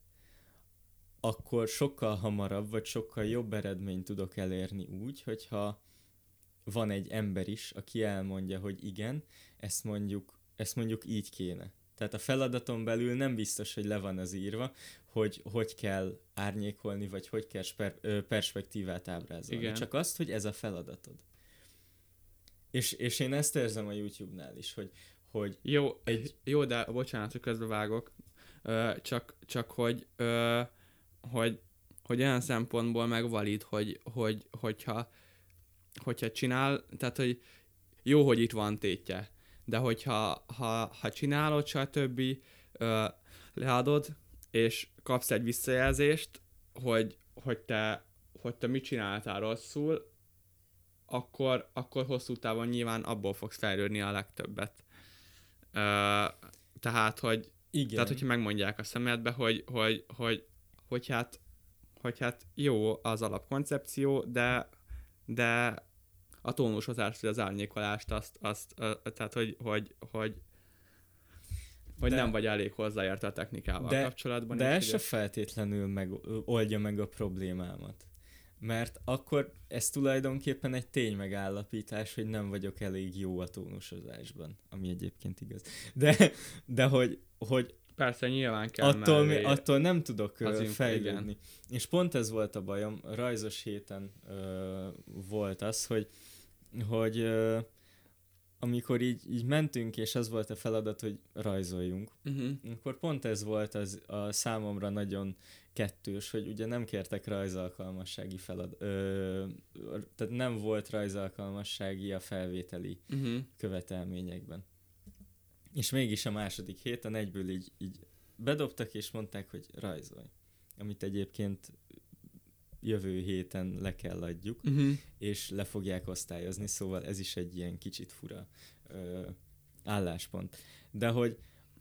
akkor sokkal hamarabb, vagy sokkal jobb eredményt tudok elérni úgy, hogyha van egy ember is, aki elmondja, hogy igen, ezt mondjuk, ezt mondjuk így kéne. Tehát a feladaton belül nem biztos, hogy le van az írva, hogy hogy kell árnyékolni, vagy hogy kell sper- perspektívát ábrázolni. Igen. Csak azt, hogy ez a feladatod. És, és én ezt érzem a YouTube-nál is, hogy, hogy jó, egy... jó, de bocsánat, hogy közbevágok, uh, csak, csak hogy, uh, hogy, hogy olyan szempontból megvalid, hogy, hogy, hogyha, hogyha csinál, tehát hogy jó, hogy itt van tétje, de hogyha ha, ha csinálod, stb. Uh, leadod, és kapsz egy visszajelzést, hogy, hogy, te, hogy te mit csináltál rosszul, akkor, akkor hosszú távon nyilván abból fogsz fejlődni a legtöbbet. Uh, tehát, hogy, igen. tehát, hogyha megmondják a szemedbe, hogy, hogy, hogy, hogy, hát, hogy hát jó az alapkoncepció, de, de a tónusozást, vagy az árnyékolást, azt, azt uh, tehát, hogy, hogy, hogy hogy de, nem vagy elég hozzáértve a technikával de, kapcsolatban. De ez se feltétlenül meg, oldja meg a problémámat. Mert akkor ez tulajdonképpen egy tény megállapítás, hogy nem vagyok elég jó a tónusozásban, ami egyébként igaz. De, de hogy, hogy persze nyilván kell attól, mellé, attól nem tudok uh, fejlődni. Igen. És pont ez volt a bajom, a rajzos héten uh, volt az, hogy, hogy uh, amikor így, így mentünk, és az volt a feladat, hogy rajzoljunk, uh-huh. akkor pont ez volt az a számomra nagyon kettős, hogy ugye nem kértek rajzalkalmassági felad... Ö, tehát nem volt rajzalkalmassági a felvételi uh-huh. követelményekben. És mégis a második héten egyből így, így bedobtak, és mondták, hogy rajzolj. Amit egyébként jövő héten le kell adjuk, uh-huh. és le fogják osztályozni, szóval ez is egy ilyen kicsit fura ö, álláspont. De hogy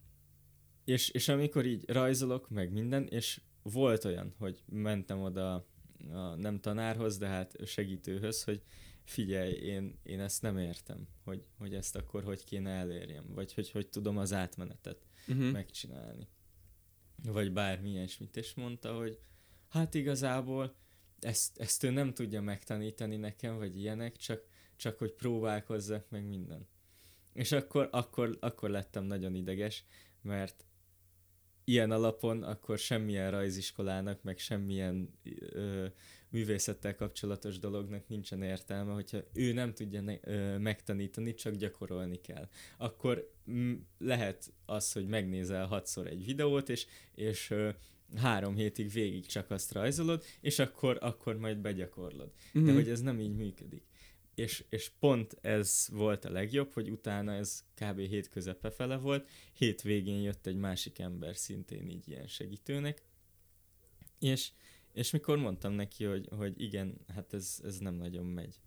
és, és amikor így rajzolok, meg minden, és volt olyan, hogy mentem oda a nem tanárhoz, de hát segítőhöz, hogy figyelj, én, én ezt nem értem, hogy, hogy ezt akkor hogy kéne elérjem, vagy hogy hogy tudom az átmenetet uh-huh. megcsinálni. Vagy bármi ilyesmit, és mondta, hogy hát igazából ezt, ezt ő nem tudja megtanítani nekem, vagy ilyenek, csak, csak hogy próbálkozzak meg minden. És akkor, akkor, akkor lettem nagyon ideges, mert ilyen alapon akkor semmilyen rajziskolának, meg semmilyen ö, művészettel kapcsolatos dolognak nincsen értelme, hogyha ő nem tudja ne, ö, megtanítani, csak gyakorolni kell. Akkor m- lehet az, hogy megnézel hatszor egy videót, és, és ö, három hétig végig csak azt rajzolod, és akkor, akkor majd begyakorlod. Mm-hmm. De hogy ez nem így működik. És, és pont ez volt a legjobb, hogy utána ez kb. Hét közepe fele volt, hét végén jött egy másik ember szintén így ilyen segítőnek, és, és mikor mondtam neki, hogy, hogy igen, hát ez, ez nem nagyon megy,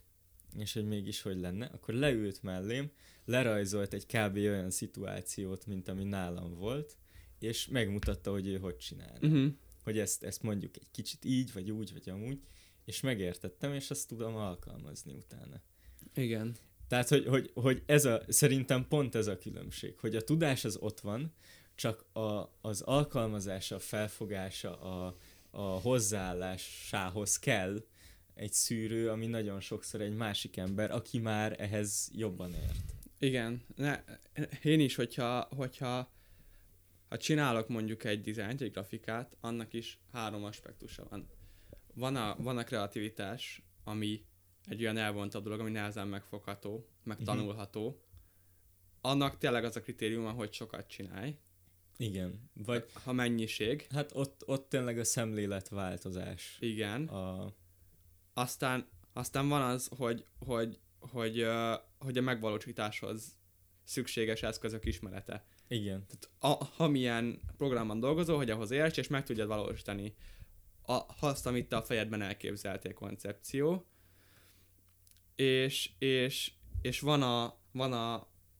és hogy mégis hogy lenne, akkor leült mellém, lerajzolt egy kb. Olyan szituációt, mint ami nálam volt, és megmutatta, hogy ő hogy csinálna. Uh-huh. Hogy ezt, ezt mondjuk egy kicsit így, vagy úgy, vagy amúgy, és megértettem, és azt tudom alkalmazni utána. Igen. Tehát, hogy, hogy, hogy ez a, szerintem pont ez a különbség, hogy a tudás az ott van, csak a, az alkalmazása, a felfogása, a, a hozzáállásához kell egy szűrő, ami nagyon sokszor egy másik ember, aki már ehhez jobban ért. Igen. Ne, én is, hogyha, hogyha ha csinálok mondjuk egy dizájnt, egy grafikát, annak is három aspektusa van. Van a, van a kreativitás, ami egy olyan elvontabb dolog, ami nehezen megfogható, megtanulható. Uh-huh. Annak tényleg az a kritériuma, hogy sokat csinálj. Igen. Vagy ha mennyiség. Hát ott, ott tényleg a szemléletváltozás. Igen. A... Aztán, aztán van az, hogy, hogy, hogy, uh, hogy a megvalósításhoz szükséges eszközök ismerete. Igen. Tehát a, ha milyen programban dolgozol, hogy ahhoz érts, és meg tudjad valósítani a, azt, amit te a fejedben elképzeltél koncepció. És, és, és van a, van a,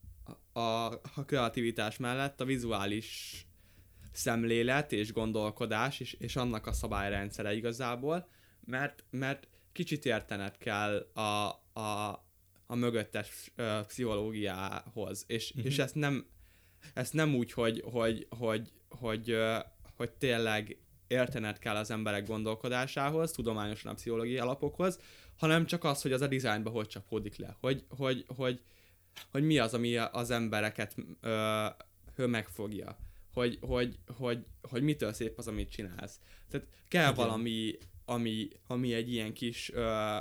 a, a kreativitás mellett a vizuális szemlélet és gondolkodás, és, és annak a szabályrendszere igazából, mert, mert kicsit értened kell a, a, a mögöttes uh, pszichológiához, és, uh-huh. és ezt nem, ezt nem úgy, hogy, hogy, hogy, hogy, uh, hogy tényleg értened kell az emberek gondolkodásához, tudományosan a pszichológiai alapokhoz, hanem csak az, hogy az a dizájnba hogy csapódik le, hogy, hogy, hogy, hogy mi az, ami az embereket ö, megfogja, hogy, hogy, hogy, hogy mitől szép az, amit csinálsz. Tehát kell igen. valami, ami, ami egy ilyen kis, ö,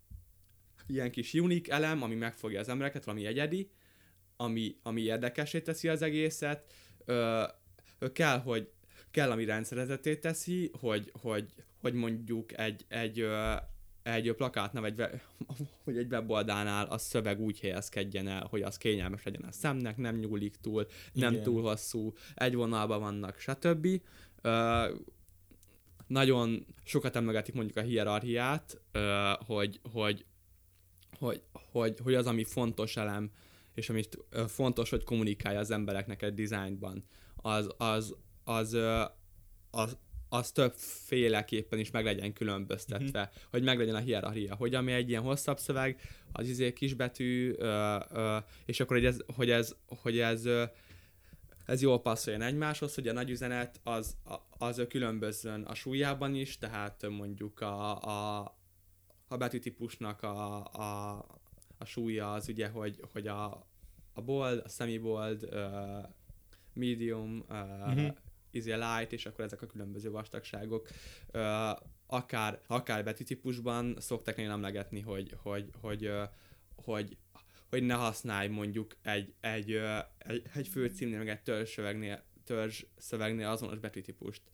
ilyen kis unique elem, ami megfogja az embereket, valami egyedi, ami, ami érdekessé teszi az egészet, ö, kell, hogy kell, ami rendszerezetté teszi, hogy, hogy, hogy mondjuk egy, egy, egy plakátnál, vagy web, hogy egy weboldalnál a szöveg úgy helyezkedjen el, hogy az kényelmes legyen a szemnek, nem nyúlik túl, nem igen. túl hosszú, egy vonalban vannak, stb. Ö, nagyon sokat emlegetik mondjuk a hierarchiát, ö, hogy, hogy, hogy, hogy, hogy az, ami fontos elem, és amit fontos, hogy kommunikálja az embereknek egy dizájnban, az, az Az, az, az többféleképpen is meg legyen különböztetve, mm-hmm. hogy meg legyen a hierarchia, hogy ami egy ilyen hosszabb szöveg, az izé kisbetű, ö, ö, és akkor hogy ez, hogy ez, hogy ez, ö, ez jól passzoljon egymáshoz, hogy a nagy üzenet az, az különbözzön a súlyában is, tehát mondjuk a, a, a betűtípusnak a, a, a súlya az ugye, hogy, hogy a, a bold, a semi-bold, ö, medium, uh, mm-hmm. easy light, és akkor ezek a különböző vastagságok. Uh, akár, akár betűtípusban szokták én emlegetni, hogy, hogy, hogy, uh, hogy, hogy ne használj mondjuk egy, egy, uh, egy, egy főcímnél, meg egy törzsszövegnél, törzsszövegnél azonos betűtípust.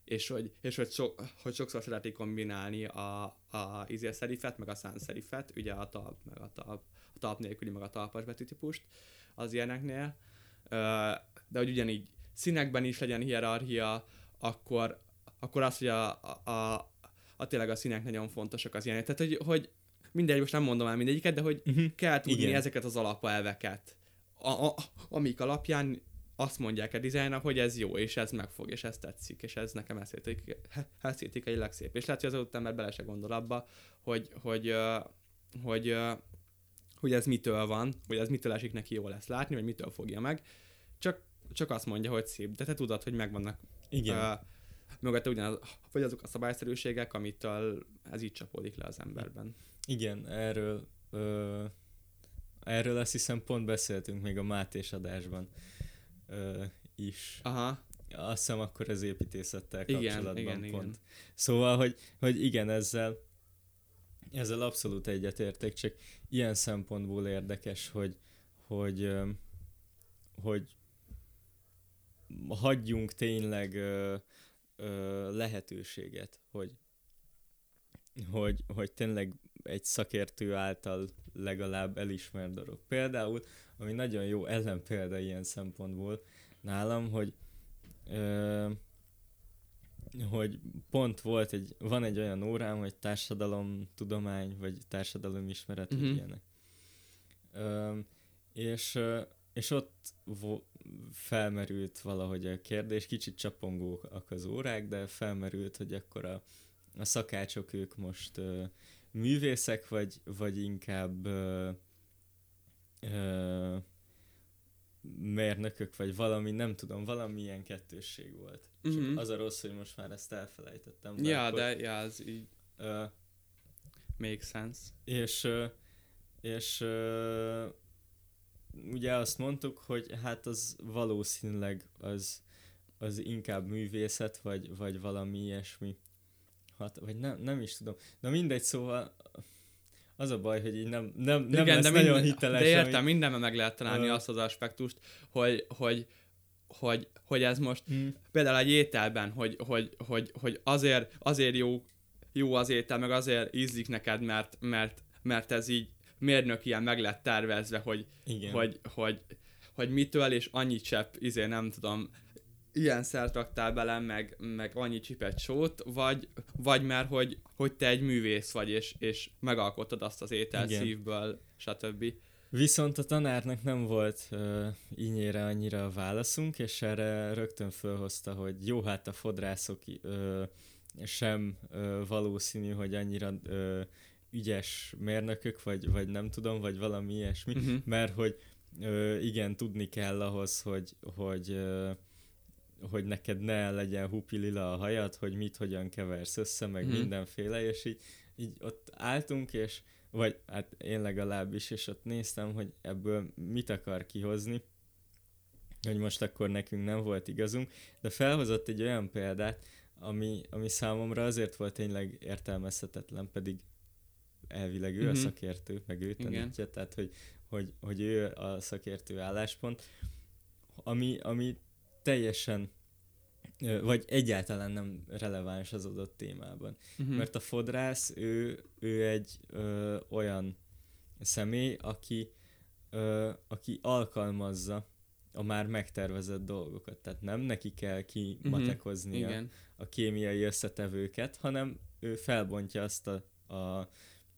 és hogy, és hogy, so, hogy sokszor szeretik kombinálni a, a izé szerifet, meg a sans szerifet, ugye a talp, meg a talp, a talp nélküli, meg a talpas betűtípust az ilyeneknél, de hogy ugyanígy színekben is legyen hierarchia, akkor, akkor az, hogy a, a, a, a tényleg a színek nagyon fontosak az ilyenek. Tehát, hogy, hogy mindegy, most nem mondom el mindegyiket, de hogy uh-huh. kell tudni igen. ezeket az alapelveket, a, a, amik alapján azt mondják a dizájnnak, hogy ez jó, és ez megfog, és ez tetszik, és ez nekem esztétikailag szép. És lehet, hogy az adott ember bele se gondol abba, hogy, hogy, hogy, hogy, hogy ez mitől van, hogy ez mitől esik neki jól lesz látni, vagy mitől fogja meg. Csak, csak azt mondja, hogy szép. De te tudod, hogy megvannak uh, mögötte ugyanaz, vagy azok a szabályszerűségek, amitől ez így csapódik le az emberben. Igen, erről, ö, erről azt hiszem pont beszéltünk még a Mátés adásban ö, is. Aha. Azt hiszem akkor az építészettel kapcsolatban igen, igen, pont. Igen. Szóval, hogy, hogy igen, ezzel, ezzel abszolút egyetértek, csak ilyen szempontból érdekes, hogy, hogy, hogy hagyjunk tényleg ö, ö, lehetőséget, hogy, hogy, hogy tényleg egy szakértő által legalább elismert dolog. Például, ami nagyon jó ellenpélda ilyen szempontból nálam, hogy ö, hogy pont volt egy, van egy olyan órám, hogy társadalomtudomány, vagy társadalomismeret, uh-huh. vagy ilyenek. Ö, és, és ott vo- felmerült valahogy a kérdés, kicsit csapongóak az órák, de felmerült, hogy akkor a, a szakácsok ők most ö, művészek, vagy, vagy inkább ö, ö, mérnökök, vagy valami, nem tudom, valami ilyen kettősség volt. Uh-huh. Csak az a rossz, hogy most már ezt elfelejtettem. De ja, akkor, de ja, ez így uh, makes sense. És, uh, és uh, ugye azt mondtuk, hogy hát az valószínűleg az, az inkább művészet, vagy, vagy valami ilyesmi. Hát, vagy nem, nem is tudom. Na mindegy, szóval az a baj, hogy így nem, nem, nem igen, lesz de nagyon minden, hiteles. De értem, ami... mindenben meg lehet találni uh, azt az aspektust, hogy, hogy, hogy, hogy ez most hmm. például egy ételben, hogy, hogy, hogy, hogy azért, azért jó, jó az étel, meg azért ízlik neked, mert, mert, mert ez így mérnök ilyen meg lett tervezve, hogy, hogy, hogy, hogy mitől, és annyit csepp, izé nem tudom, ilyen szert raktál bele, meg, meg annyi csipet sót, vagy, vagy mert, hogy, hogy te egy művész vagy, és, és megalkottad azt az ételt igen. szívből, stb. Viszont a tanárnak nem volt uh, ínyére annyira a válaszunk, és erre rögtön fölhozta, hogy jó, hát a fodrászok uh, sem uh, valószínű, hogy annyira uh, ügyes mérnökök, vagy, vagy nem tudom, vagy valami ilyesmi, uh-huh. mert hogy uh, igen, tudni kell ahhoz, hogy, hogy uh, hogy neked ne legyen hupilila a hajad, hogy mit, hogyan keversz össze, meg hmm. mindenféle, és így, így ott álltunk, és vagy hát én legalábbis, és ott néztem, hogy ebből mit akar kihozni, hogy most akkor nekünk nem volt igazunk, de felhozott egy olyan példát, ami, ami számomra azért volt tényleg értelmezhetetlen, pedig elvileg ő hmm. a szakértő, meg ő tanítja, tehát hogy, hogy, hogy ő a szakértő álláspont, ami, ami teljesen, vagy egyáltalán nem releváns az adott témában. Uh-huh. Mert a fodrász, ő, ő egy ö, olyan személy, aki, ö, aki alkalmazza a már megtervezett dolgokat. Tehát nem neki kell kimatekoznia uh-huh. a kémiai összetevőket, hanem ő felbontja azt a, a,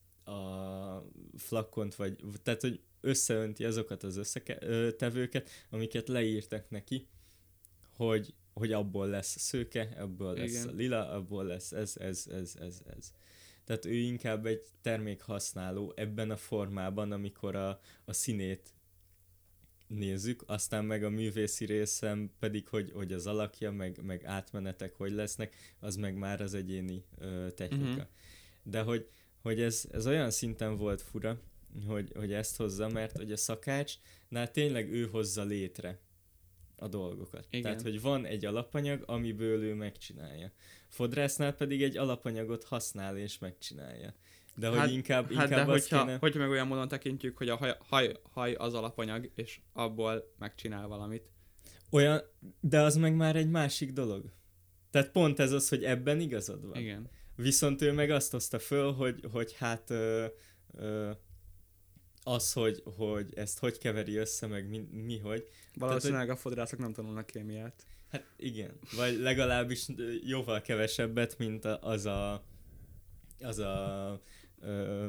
a flakont, vagy, tehát hogy összeönti azokat az összetevőket, amiket leírtak neki, hogy, hogy abból lesz szőke, abból lesz igen. lila, abból lesz ez, ez, ez, ez, ez. Tehát ő inkább egy termékhasználó ebben a formában, amikor a, a színét nézzük, aztán meg a művészi részem pedig, hogy, hogy az alakja, meg, meg átmenetek hogy lesznek, az meg már az egyéni ö, technika. Uh-huh. De hogy, hogy ez, ez olyan szinten volt fura, hogy, hogy ezt hozza, mert hogy a szakácsnál tényleg ő hozza létre a dolgokat. Igen. Tehát, hogy van egy alapanyag, amiből ő megcsinálja. Fodrásznál pedig egy alapanyagot használ és megcsinálja. De hát, hogy inkább, hát inkább de azt hogyha, kéne... hogyha meg olyan módon tekintjük, hogy a haj, haj, haj az alapanyag, és abból megcsinál valamit. Olyan, de az meg már egy másik dolog. Tehát pont ez az, hogy ebben igazad van. Igen. Viszont ő meg azt hozta föl, hogy, hogy hát ö, ö, az, hogy, hogy ezt hogy keveri össze, meg mi, mi hogy. Valószínűleg Tehát, a fodrászok nem tanulnak kémiát. Hát igen, vagy legalábbis jóval kevesebbet, mint a, az a az a ö,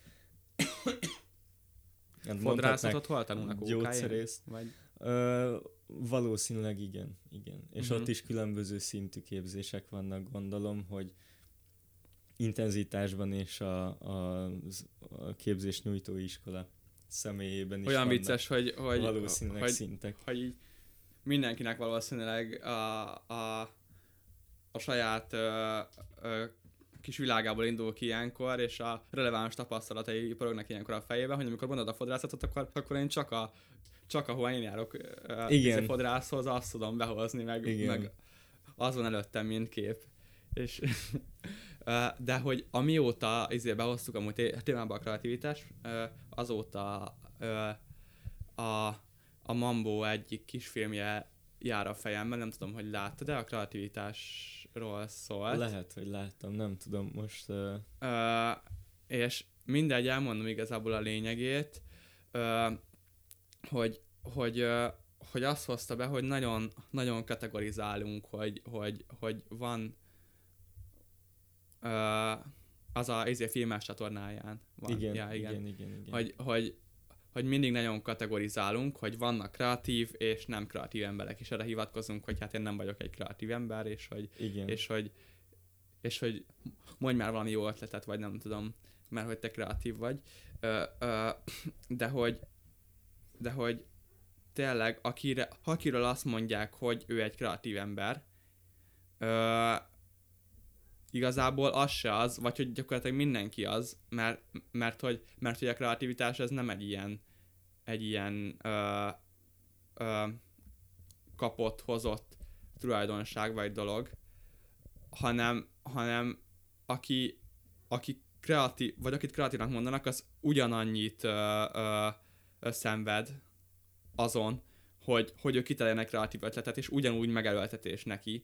fodrászatot hol tanulnak? Gyógyszerész. Vagy... Ö, valószínűleg igen, igen. És uh-huh. ott is különböző szintű képzések vannak, gondolom, hogy intenzitásban és a, a, a képzés nyújtói iskola személyében is olyan vicces, hogy, hogy, valószínűleg hogy, szintek. Hogy így mindenkinek valószínűleg a, a, a saját ö, ö, kis világából indul ki ilyenkor, és a releváns tapasztalatai porognak ilyenkor a fejében, hogy amikor mondod a fodrászatot, akkor, akkor én csak a csak ahol én járok uh, fodrászhoz, azt tudom behozni, meg, meg az van előttem, mint kép. És, uh, de hogy amióta izé behoztuk amúgy témába a kreativitás, uh, azóta uh, a, a Mambo egyik kisfilmje jár a fejemben, nem tudom, hogy láttad, de a kreativitásról szólt. Lehet, hogy láttam, nem tudom most. Uh... Uh, és mindegy, elmondom igazából a lényegét, uh, hogy, hogy, hogy azt hozta be, hogy nagyon, nagyon kategorizálunk, hogy, hogy, hogy van az a ezért filmes csatornáján. Van. Igen, ja, igen. igen, igen, igen. Hogy, hogy, hogy mindig nagyon kategorizálunk, hogy vannak kreatív és nem kreatív emberek, és erre hivatkozunk, hogy hát én nem vagyok egy kreatív ember, és hogy, és hogy, és hogy mondj már valami jó ötletet, vagy nem tudom, mert hogy te kreatív vagy. De hogy de hogy tényleg, akire, akiről azt mondják, hogy ő egy kreatív ember, ö, igazából az se az, vagy hogy gyakorlatilag mindenki az, mert, mert, hogy, mert hogy a kreativitás ez nem egy ilyen, egy ilyen ö, ö, kapott, hozott tulajdonság vagy dolog, hanem, hanem aki, aki kreatív, vagy akit kreatívnak mondanak, az ugyanannyit ö, ö, szenved azon, hogy, hogy ő kitalálja egy kreatív ötletet, és ugyanúgy megerőltetés neki,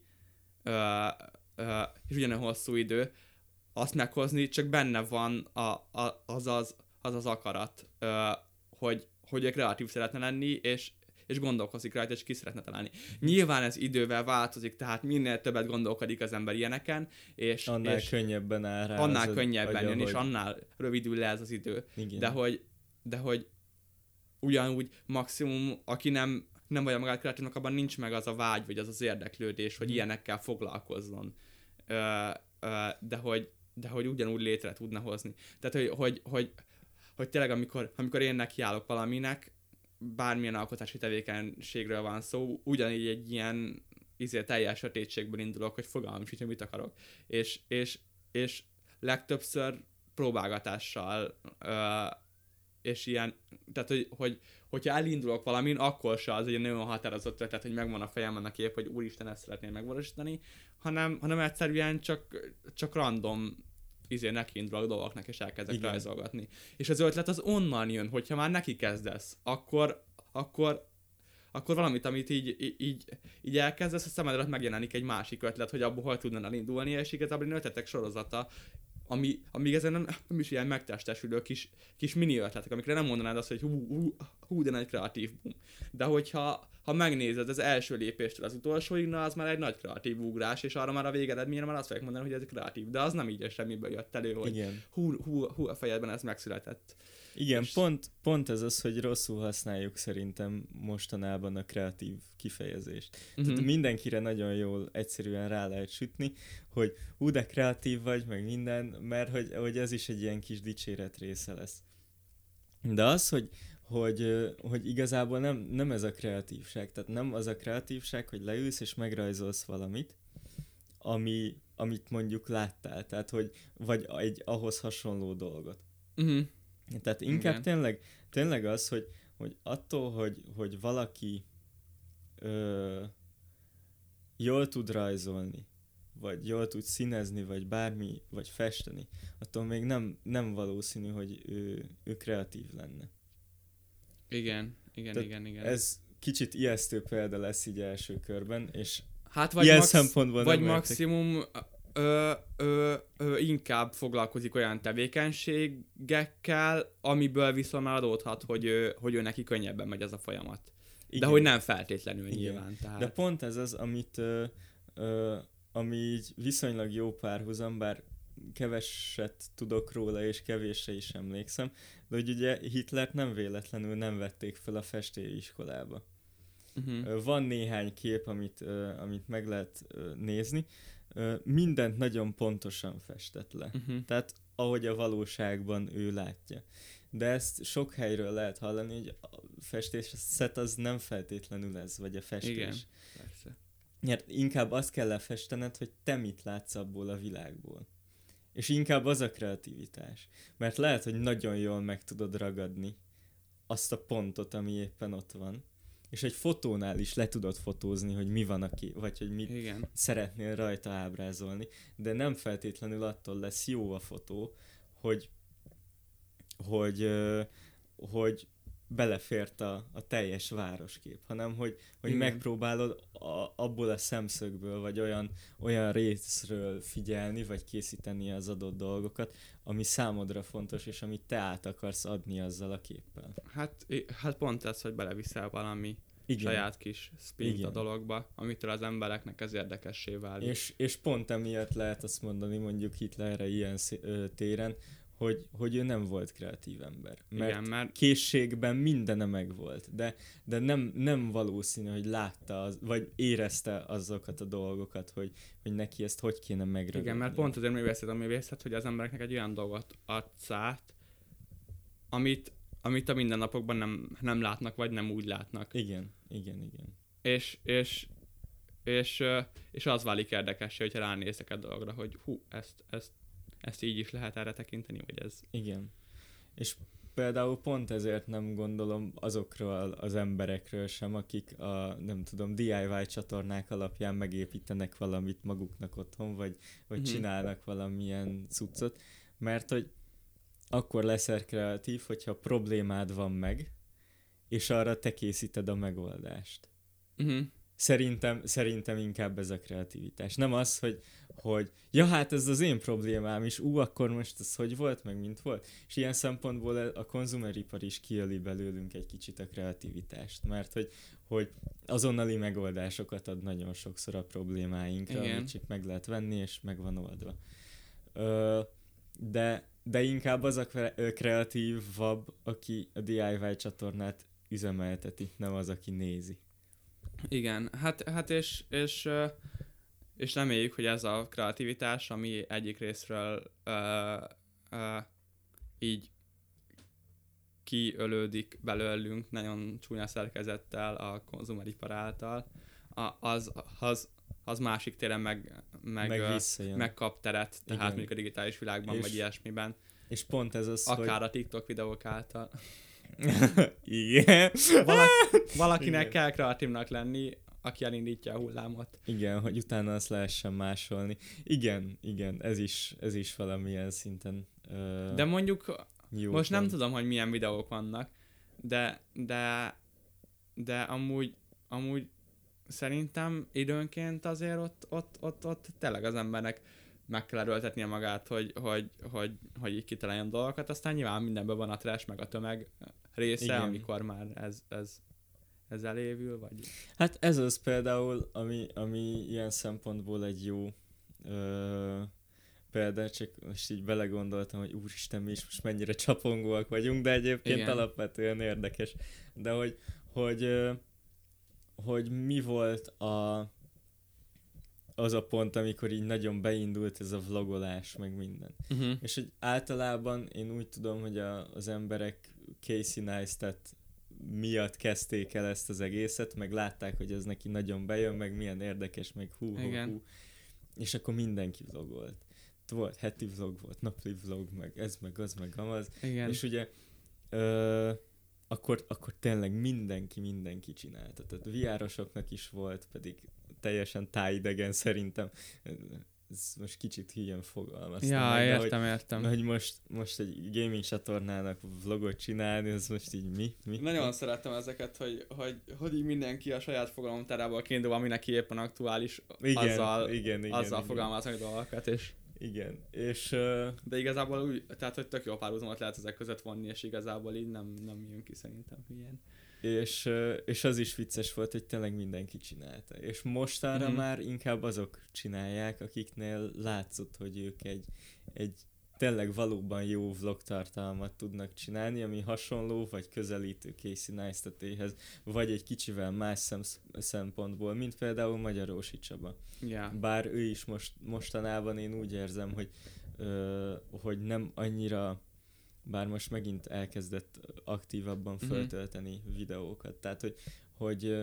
ö, ö, és ugyanolyan hosszú idő azt meghozni, csak benne van a, a, az, az, az az akarat, ö, hogy, hogy ő kreatív szeretne lenni, és, és gondolkozik rajta, és ki szeretne találni. Nyilván ez idővel változik, tehát minél többet gondolkodik az ember ilyeneken, és annál és könnyebben áll rá. Annál könnyebben jön, és annál rövidül le ez az idő. Igen. De hogy, de hogy ugyanúgy maximum, aki nem, nem vagy a magát kreatívnak, abban nincs meg az a vágy, vagy az az érdeklődés, hogy mm. ilyenekkel foglalkozzon. Ö, ö, de, hogy, de hogy ugyanúgy létre tudna hozni. Tehát, hogy, hogy, hogy, hogy tényleg, amikor, amikor én nekiállok valaminek, bármilyen alkotási tevékenységről van szó, ugyanígy egy ilyen izé, teljes sötétségből indulok, hogy fogalmam sincs, hogy mit akarok. És, és, és legtöbbször próbálgatással ö, és ilyen, tehát, hogy, hogy hogyha elindulok valamin, akkor se az egy nagyon határozott ötlet, hogy megvan a fejemben a kép, hogy úristen, ezt szeretném megvalósítani, hanem, hanem egyszerűen csak, csak random izé nekiindulok dolgoknak, és elkezdek Igen. rajzolgatni. És az ötlet az onnan jön, hogyha már neki kezdesz, akkor, akkor, akkor valamit, amit így, így, így elkezdesz, a szemed előtt megjelenik egy másik ötlet, hogy abból hol tudnál elindulni, és igazából ötletek sorozata, ami, amíg ezen nem, nem is ilyen megtestesülő kis, kis mini ötletek, amikre nem mondanád azt, hogy hú, hú, hú de nagy kreatív boom. De hogyha ha megnézed az első lépéstől az utolsóig, na az már egy nagy kreatív ugrás, és arra már a végeredményre már azt fogják mondani, hogy ez kreatív. De az nem így semmiből jött elő, hogy hú, hú, hú, a fejedben ez megszületett. Igen, és... pont, pont ez az, hogy rosszul használjuk szerintem mostanában a kreatív kifejezést. Uh-huh. Tehát mindenkire nagyon jól egyszerűen rá lehet sütni, hogy hú, de kreatív vagy, meg minden, mert hogy, hogy ez is egy ilyen kis dicséret része lesz. De az, hogy, hogy, hogy igazából nem, nem ez a kreatívság, tehát nem az a kreatívság, hogy leülsz és megrajzolsz valamit, ami, amit mondjuk láttál, tehát hogy, vagy egy ahhoz hasonló dolgot. Uh-huh. Tehát inkább tényleg, tényleg az, hogy, hogy attól, hogy, hogy valaki ö, jól tud rajzolni, vagy jól tud színezni, vagy bármi, vagy festeni, attól még nem, nem valószínű, hogy ő, ő kreatív lenne. Igen, igen, Tehát igen, igen. Ez kicsit ijesztő példa lesz így első körben, és Hát vagy, Ilyen max, szempontból vagy nem maximum ö, ö, ö, inkább foglalkozik olyan tevékenységekkel, amiből viszont már adódhat, hogy, ő, hogy ő neki könnyebben megy ez a folyamat. Igen. De hogy nem feltétlenül Igen. nyilván. Tehát. De pont ez az, amit ö, ö, ami így viszonylag jó párhuzam, bár keveset tudok róla, és kevésre is emlékszem, de hogy ugye Hitlert nem véletlenül nem vették fel a festélyiskolába. Uh-huh. Van néhány kép, amit, uh, amit meg lehet uh, nézni. Uh, mindent nagyon pontosan festett le. Uh-huh. Tehát ahogy a valóságban ő látja. De ezt sok helyről lehet hallani, hogy a festészet az nem feltétlenül ez, vagy a festés. Igen, persze. Mert inkább azt kell lefestened, hogy te mit látsz abból a világból. És inkább az a kreativitás. Mert lehet, hogy nagyon jól meg tudod ragadni azt a pontot, ami éppen ott van. És egy fotónál is le tudod fotózni, hogy mi van aki, vagy hogy mit Igen. szeretnél rajta ábrázolni. De nem feltétlenül attól lesz jó a fotó, hogy, hogy, hogy belefért a, a teljes városkép, hanem hogy, hogy megpróbálod a, abból a szemszögből, vagy olyan, olyan részről figyelni, vagy készíteni az adott dolgokat, ami számodra fontos, és amit te át akarsz adni azzal a képpel. Hát, hát pont ez, hogy beleviszel valami Igen. saját kis spint a dologba, amitől az embereknek ez érdekessé válik. És, és pont emiatt lehet azt mondani mondjuk Hitlerre ilyen téren, Hogy, hogy ő nem volt kreatív ember. Mert, Igen, mert... készségben mindene megvolt, de, de nem, nem valószínű, hogy látta, az, vagy érezte azokat a dolgokat, hogy, hogy neki ezt hogy kéne megragadni. Igen, mert pont azért művészet a művészet, hogy az embereknek egy olyan dolgot adsz át, amit, amit a mindennapokban nem, nem látnak, vagy nem úgy látnak. Igen, igen, igen. És, és, és, és az válik érdekessé, hogyha ránézek a dologra, hogy hú, ezt, ezt ezt így is lehet erre tekinteni, vagy ez... Igen. És például pont ezért nem gondolom azokról az emberekről sem, akik a, nem tudom, dé i vaj csatornák alapján megépítenek valamit maguknak otthon, vagy, vagy uh-huh. csinálnak valamilyen cuccot, mert hogy akkor leszel kreatív, hogyha problémád van meg, és arra te készíted a megoldást. Uh-huh. Szerintem, szerintem inkább ez a kreativitás. Nem az, hogy, hogy ja, hát ez az én problémám is, ú, akkor most ez hogy volt, meg mint volt. És ilyen szempontból a konzumeripar is kiöli belőlünk egy kicsit a kreativitást, mert hogy, hogy azonnali megoldásokat ad nagyon sokszor a problémáinkra, Igen. amit csak meg lehet venni, és meg van oldva. Ö, de, de inkább az a kreatívabb, aki a dé i vaj csatornát üzemelteti, nem az, aki nézi. Igen, hát, hát és, és, és reméljük, hogy ez a kreativitás, ami egyik részről uh, uh, így kiölődik belőlünk nagyon csúnya szerkezettel a konzumeripar által, a, az, az, az másik téren meg, meg, meg megkap teret, tehát Igen. mondjuk a digitális világban, és, vagy ilyesmiben. És pont ez az, Akár hogy... a TikTok videók által. Igen. Valaki, valakinek Igen. kell kreatívnak lenni, aki elindítja a hullámot. Igen, hogy utána azt lehessen másolni. Igen, igen, ez is, ez is valamilyen szinten uh, De mondjuk, most van. Nem tudom, hogy milyen videók vannak, de, de, de amúgy, amúgy szerintem időnként azért ott, ott, ott, ott tényleg az embernek meg kell erőltetnie magát, hogy, hogy, hogy, hogy így kitaláljon dolgokat, aztán nyilván mindenben van a trash, meg a tömeg része, Igen. amikor már ez, ez, ez elévül, vagy... Hát ez az például, ami, ami ilyen szempontból egy jó ö, példa, csak most így belegondoltam, hogy úristen, mi is most mennyire csapongóak vagyunk, de egyébként Igen. alapvetően érdekes. De hogy, hogy, ö, hogy mi volt a az a pont, amikor így nagyon beindult ez a vlogolás, meg minden. Uh-huh. És hogy általában én úgy tudom, hogy a, az emberek Casey Neistat miatt kezdték el ezt az egészet, meg látták, hogy ez neki nagyon bejön, meg milyen érdekes, meg hú, hú, hú. És akkor mindenki vlogolt. Volt heti vlog, volt napi vlog, meg ez, meg az, meg amaz. Igen. És ugye ö, akkor, akkor tényleg mindenki, mindenki csinálta. Tehát vé er-osoknak is volt, pedig teljesen tájidegen szerintem. ez most kicsit hülyen fogalmaztam Ja, meg, értem, hogy, értem. hogy most, most egy gaming csatornának vlogot csinálni, az most így mi? mi? Nagyon szerettem ezeket, hogy, hogy, hogy így mindenki a saját fogalomtárából kiindul, ami neki éppen aktuális, Igen, azzal, igen, igen, azzal igen. fogalmaznak dolgokat, és Igen, és... Uh, de igazából úgy, tehát hogy tök jó párhuzamot lehet ezek között vonni, és igazából így nem, nem jön ki szerintem ilyen. és, uh, és az is vicces volt, hogy tényleg mindenki csinálta. És mostanra Mhm. már inkább azok csinálják, akiknél látszott, hogy ők egy, egy tényleg valóban jó vlog tartalmat tudnak csinálni, ami hasonló, vagy közelítő Casey Neistat-éhez, vagy egy kicsivel más szem- szempontból, mint például Magyarósi Csaba. Yeah. Bár ő is most, mostanában én úgy érzem, hogy, ö, hogy nem annyira, bár most megint elkezdett aktívabban Mhm. föltölteni videókat. Tehát, hogy, hogy, ö,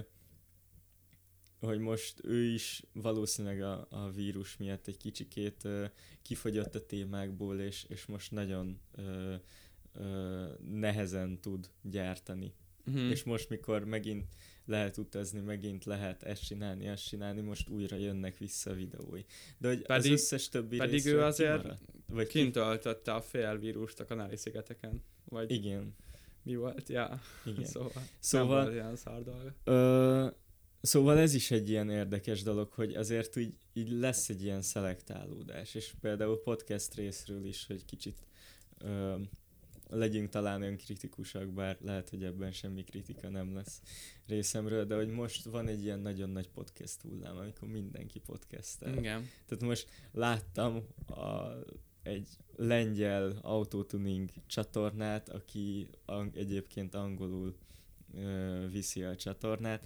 hogy most ő is valószínűleg a, a vírus miatt egy kicsikét ö, kifogyott a témákból, és, és most nagyon ö, ö, nehezen tud gyártani. Mhm. És most, mikor megint lehet utazni, megint lehet ezt csinálni, azt csinálni, most újra jönnek vissza a videói. De hogy Pedig- az összes többi pedig részről ő azért kimaradt? Vagy ki- Kint töltötte a fél vírust a Kanári-szigeteken, vagy Igen, mi volt? Ja, igen. szóval, nem Szóval, volt ilyen szar dolga. ö, szóval ez is egy ilyen érdekes dolog, hogy azért úgy, így lesz egy ilyen szelektálódás, és például podcast részről is, hogy kicsit ö, legyünk talán önkritikusak, bár lehet, hogy ebben semmi kritika nem lesz részemről, de hogy most van egy ilyen nagyon nagy podcast hullám, amikor mindenki podcastel. Igen. Tehát most láttam a, egy lengyel autotuning csatornát, aki ang- egyébként angolul ö, viszi a csatornát,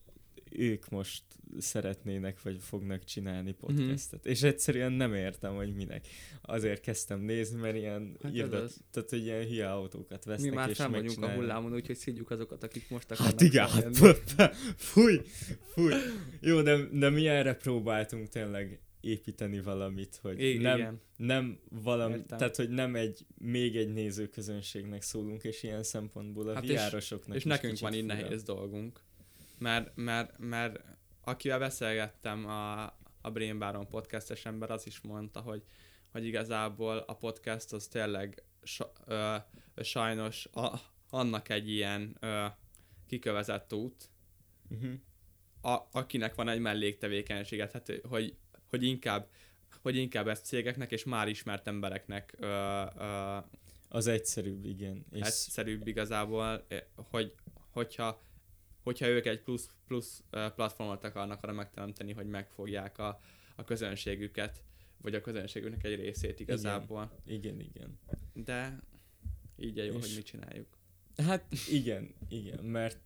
ők most szeretnének, vagy fognak csinálni podcastet. És egyszerűen nem értem, hogy minek. Azért kezdtem nézni, mert ilyen, Hát ez írdat, az. tehát, hogy ilyen hülye autókat vesznek, Mi már és fel vagyunk a megcsinálják. hullámon, úgyhogy szidjuk azokat, akik most akarnak. Hát igen, hát feljönni. p- p- fúj, fúj. Jó, de, de mi erre próbáltunk tényleg építeni valamit, hogy I- nem, igen. nem valami, Értem. tehát hogy nem egy, még egy nézőközönségnek szólunk, és ilyen szempontból a Hát hát és- viárosoknak És is nekünk kicsit van így fura. nehéz dolgunk. Mert, mert, mert akivel beszélgettem a, a Brain Baron podcastes ember, az is mondta, hogy, hogy igazából a podcast az tényleg sa, ö, sajnos a, annak egy ilyen ö, kikövezett út, Uh-huh. a, akinek van egy melléktevékenységet, hát, hogy, hogy inkább hogy inkább ezt cégeknek és már ismert embereknek ö, ö, Az egyszerűbb, igen. És egyszerűbb igazából, eh, hogy, hogyha, hogyha ők egy plusz, plusz eh, platformot akarnak arra megteremteni, hogy megfogják a, a közönségüket, vagy a közönségüknek egy részét igazából. igen, igen. De így a jó, És- hogy mit csináljuk. Hát igen, igen, mert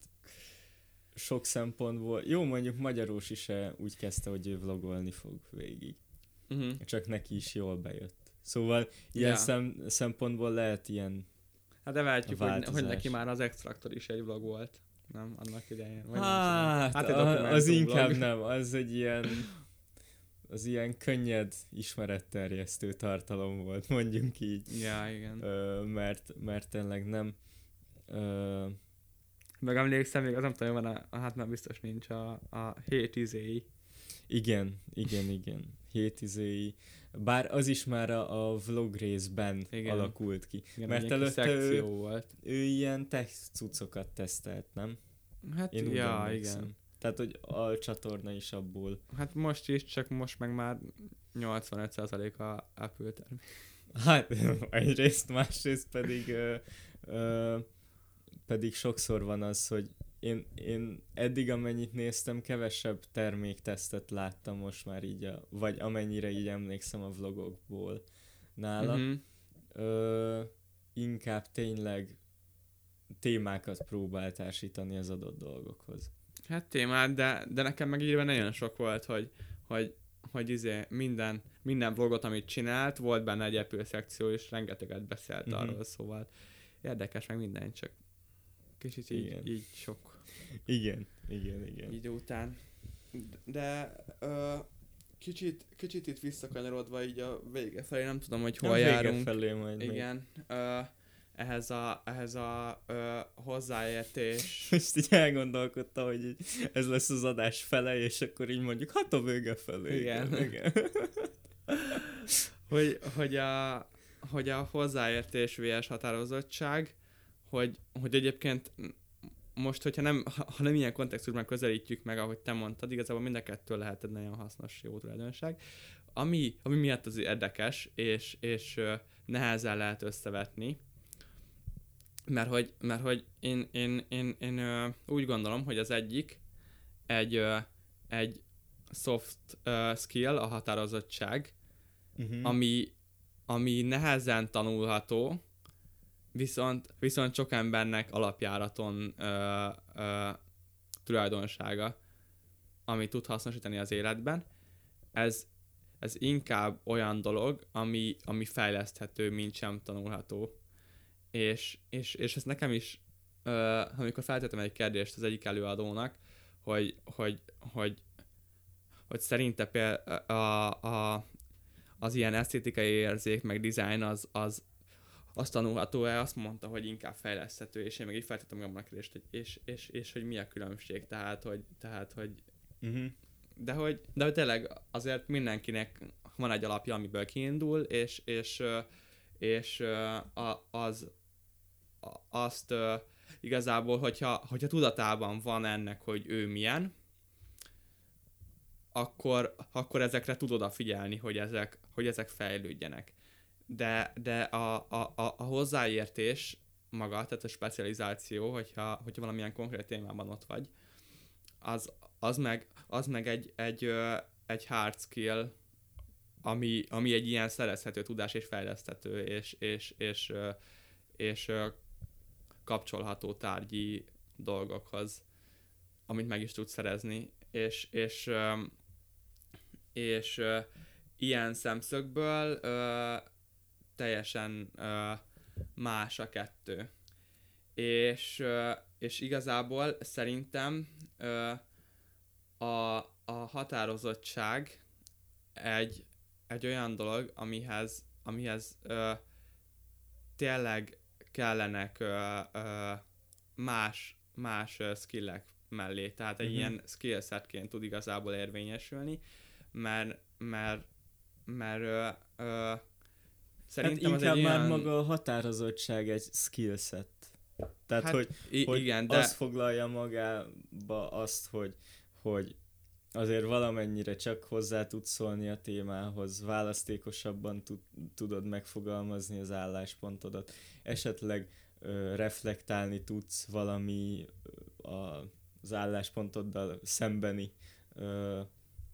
sok szempontból, jó, mondjuk Magyarós is eh, úgy kezdte, hogy ő vlogolni fog végig. Uh-huh. Csak neki is jól bejött. Szóval ilyen Ja. szem, szempontból lehet ilyen... Hát de vehetjük, A hogy, hogy változás. neki már az Extraktor is egy vlog volt. Nem, annak idején. Vagy Hát, nem tudom. hát egy a, az dokumentumvlog. inkább nem, az egy ilyen... Az ilyen könnyed ismeretterjesztő tartalom volt, mondjunk így. Ja, igen. Ö, mert, mert tényleg nem... Ö, Meg emlékszem, még az nem tudom, hogy van a, hát már biztos nincs a, a hét izéi. igen, igen, igen. Hét izéi. Bár az is már a, a vlog részben Igen. alakult ki. Igen, Mert egy ilyen kis előtte ő- szekció volt. Ő ilyen tech cuccokat tesztelt, nem? Hát Én úgy ja, emlékszem. igen. Tehát, hogy a csatorna is abból. Hát most is, csak most meg már nyolcvanöt százalék a Apple termék. Hát egyrészt, másrészt pedig ö, ö, pedig sokszor van az, hogy én, én eddig amennyit néztem, kevesebb terméktesztet láttam most már így, a, vagy amennyire így emlékszem a vlogokból nála. Uh-huh. Ö, inkább tényleg témákat próbál társítani az adott dolgokhoz. Hát témád, de, de nekem meg így nagyon sok volt, hogy, hogy, hogy izé minden, minden vlogot, amit csinált, volt benne egy Apple szekció, és rengeteget beszélt Mhm. arról, szóval érdekes meg minden, csak kicsit így, Igen. így sok Igen, igen, igen. idő után. De ö, kicsit, kicsit itt visszakanyarodva így a vége felé, nem tudom, hogy hol A vége járunk. felé majd még. Igen. Ö, ehhez a, ehhez a ö, hozzáértés. Most így elgondolkodtam, hogy így ez lesz az adás fele, és akkor így mondjuk, hát a vége felé. Igen. igen. hogy, hogy, a, hogy a hozzáértés vs határozottság, hogy, hogy egyébként most, hogyha nem, ha nem ilyen kontextusban közelítjük meg, ahogy te mondtad, igazából mind a kettő lehet egy nagyon hasznos jó tulajdonság. Ami, ami miatt az érdekes, és, és uh, nehezen lehet összevetni, mert hogy, mert hogy én, én, én, én uh, úgy gondolom, hogy az egyik egy, uh, egy soft uh, skill, a határozottság, uh-huh. ami, ami nehezen tanulható, viszont, viszont sok embernek alapjáraton ö, ö, tulajdonsága, ami tud hasznosítani az életben. Ez, ez inkább olyan dolog, ami, ami fejleszthető, mint sem tanulható. És, és, és ez nekem is, ö, amikor feltettem egy kérdést az egyik előadónak, hogy, hogy, hogy, hogy szerinte például a, a, az ilyen esztétikai érzék, meg design az, az azt tanulható-e, azt mondta, hogy inkább fejleszthető, és én meg így feltettem magamnak a kérdést, hogy és, és, és hogy mi a különbség, tehát, hogy, tehát, hogy uh-huh. de, hogy de hogy tényleg azért mindenkinek van egy alapja, amiből kiindul, és, és, és az azt igazából, hogyha, hogyha tudatában van ennek, hogy ő milyen, akkor, akkor ezekre tud odafigyelni, hogy ezek, hogy ezek fejlődjenek. De, de a, a, a, a hozzáértés maga, tehát a specializáció, hogyha, hogyha valamilyen konkrét témában ott vagy, az, az meg, az meg egy, egy, egy hard skill, ami, ami egy ilyen szerezhető tudás és fejleszthető, és, és, és, és, és kapcsolható tárgyi dolgokhoz, amit meg is tudsz szerezni. És, és, és, és ilyen szemszögből teljesen uh, más a kettő. És, uh, és igazából szerintem uh, a, a határozottság egy, egy olyan dolog, amihez, amihez uh, tényleg kellenek uh, uh, más, más uh, skillek mellé. Tehát egy uh-huh. ilyen skillsetként tud igazából érvényesülni, mert, mert, mert uh, uh, szerintem hát inkább már ilyen... maga a határozottság egy skillset. Tehát, hát, hogy, i- hogy igen, de... az foglalja magába azt, hogy, hogy azért valamennyire csak hozzá tudsz szólni a témához, választékosabban tud, tudod megfogalmazni az álláspontodat, esetleg ö, reflektálni tudsz valami ö, az álláspontoddal szembeni ö,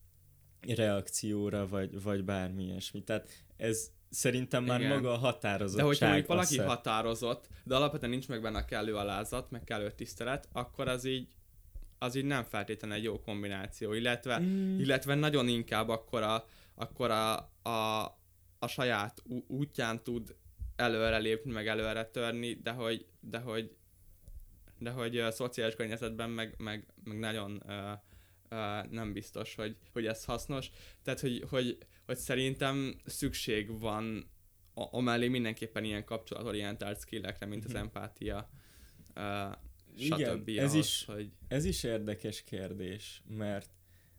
reakcióra, vagy, vagy bármi ilyesmi. Tehát ez szerintem már igen. maga a határozottság. De hogyha mondjuk valaki szer... határozott, de alapvetően nincs meg benne a kellő alázat, meg kellő tisztelet, akkor az így, az így nem feltétlenül egy jó kombináció, illetve, mm. illetve nagyon inkább akkor a, akkor a, a, a saját útján tud előre lépni, meg előre törni, de hogy, de hogy, de hogy a szociális környezetben meg, meg, meg nagyon uh, uh, nem biztos, hogy, hogy ez hasznos. Tehát, hogy, hogy hogy szerintem szükség van amellé mindenképpen ilyen kapcsolatorientált skillekre, mint az empátia, uh, stb. Igen, ez, ahhoz, is, hogy... ez is érdekes kérdés, mert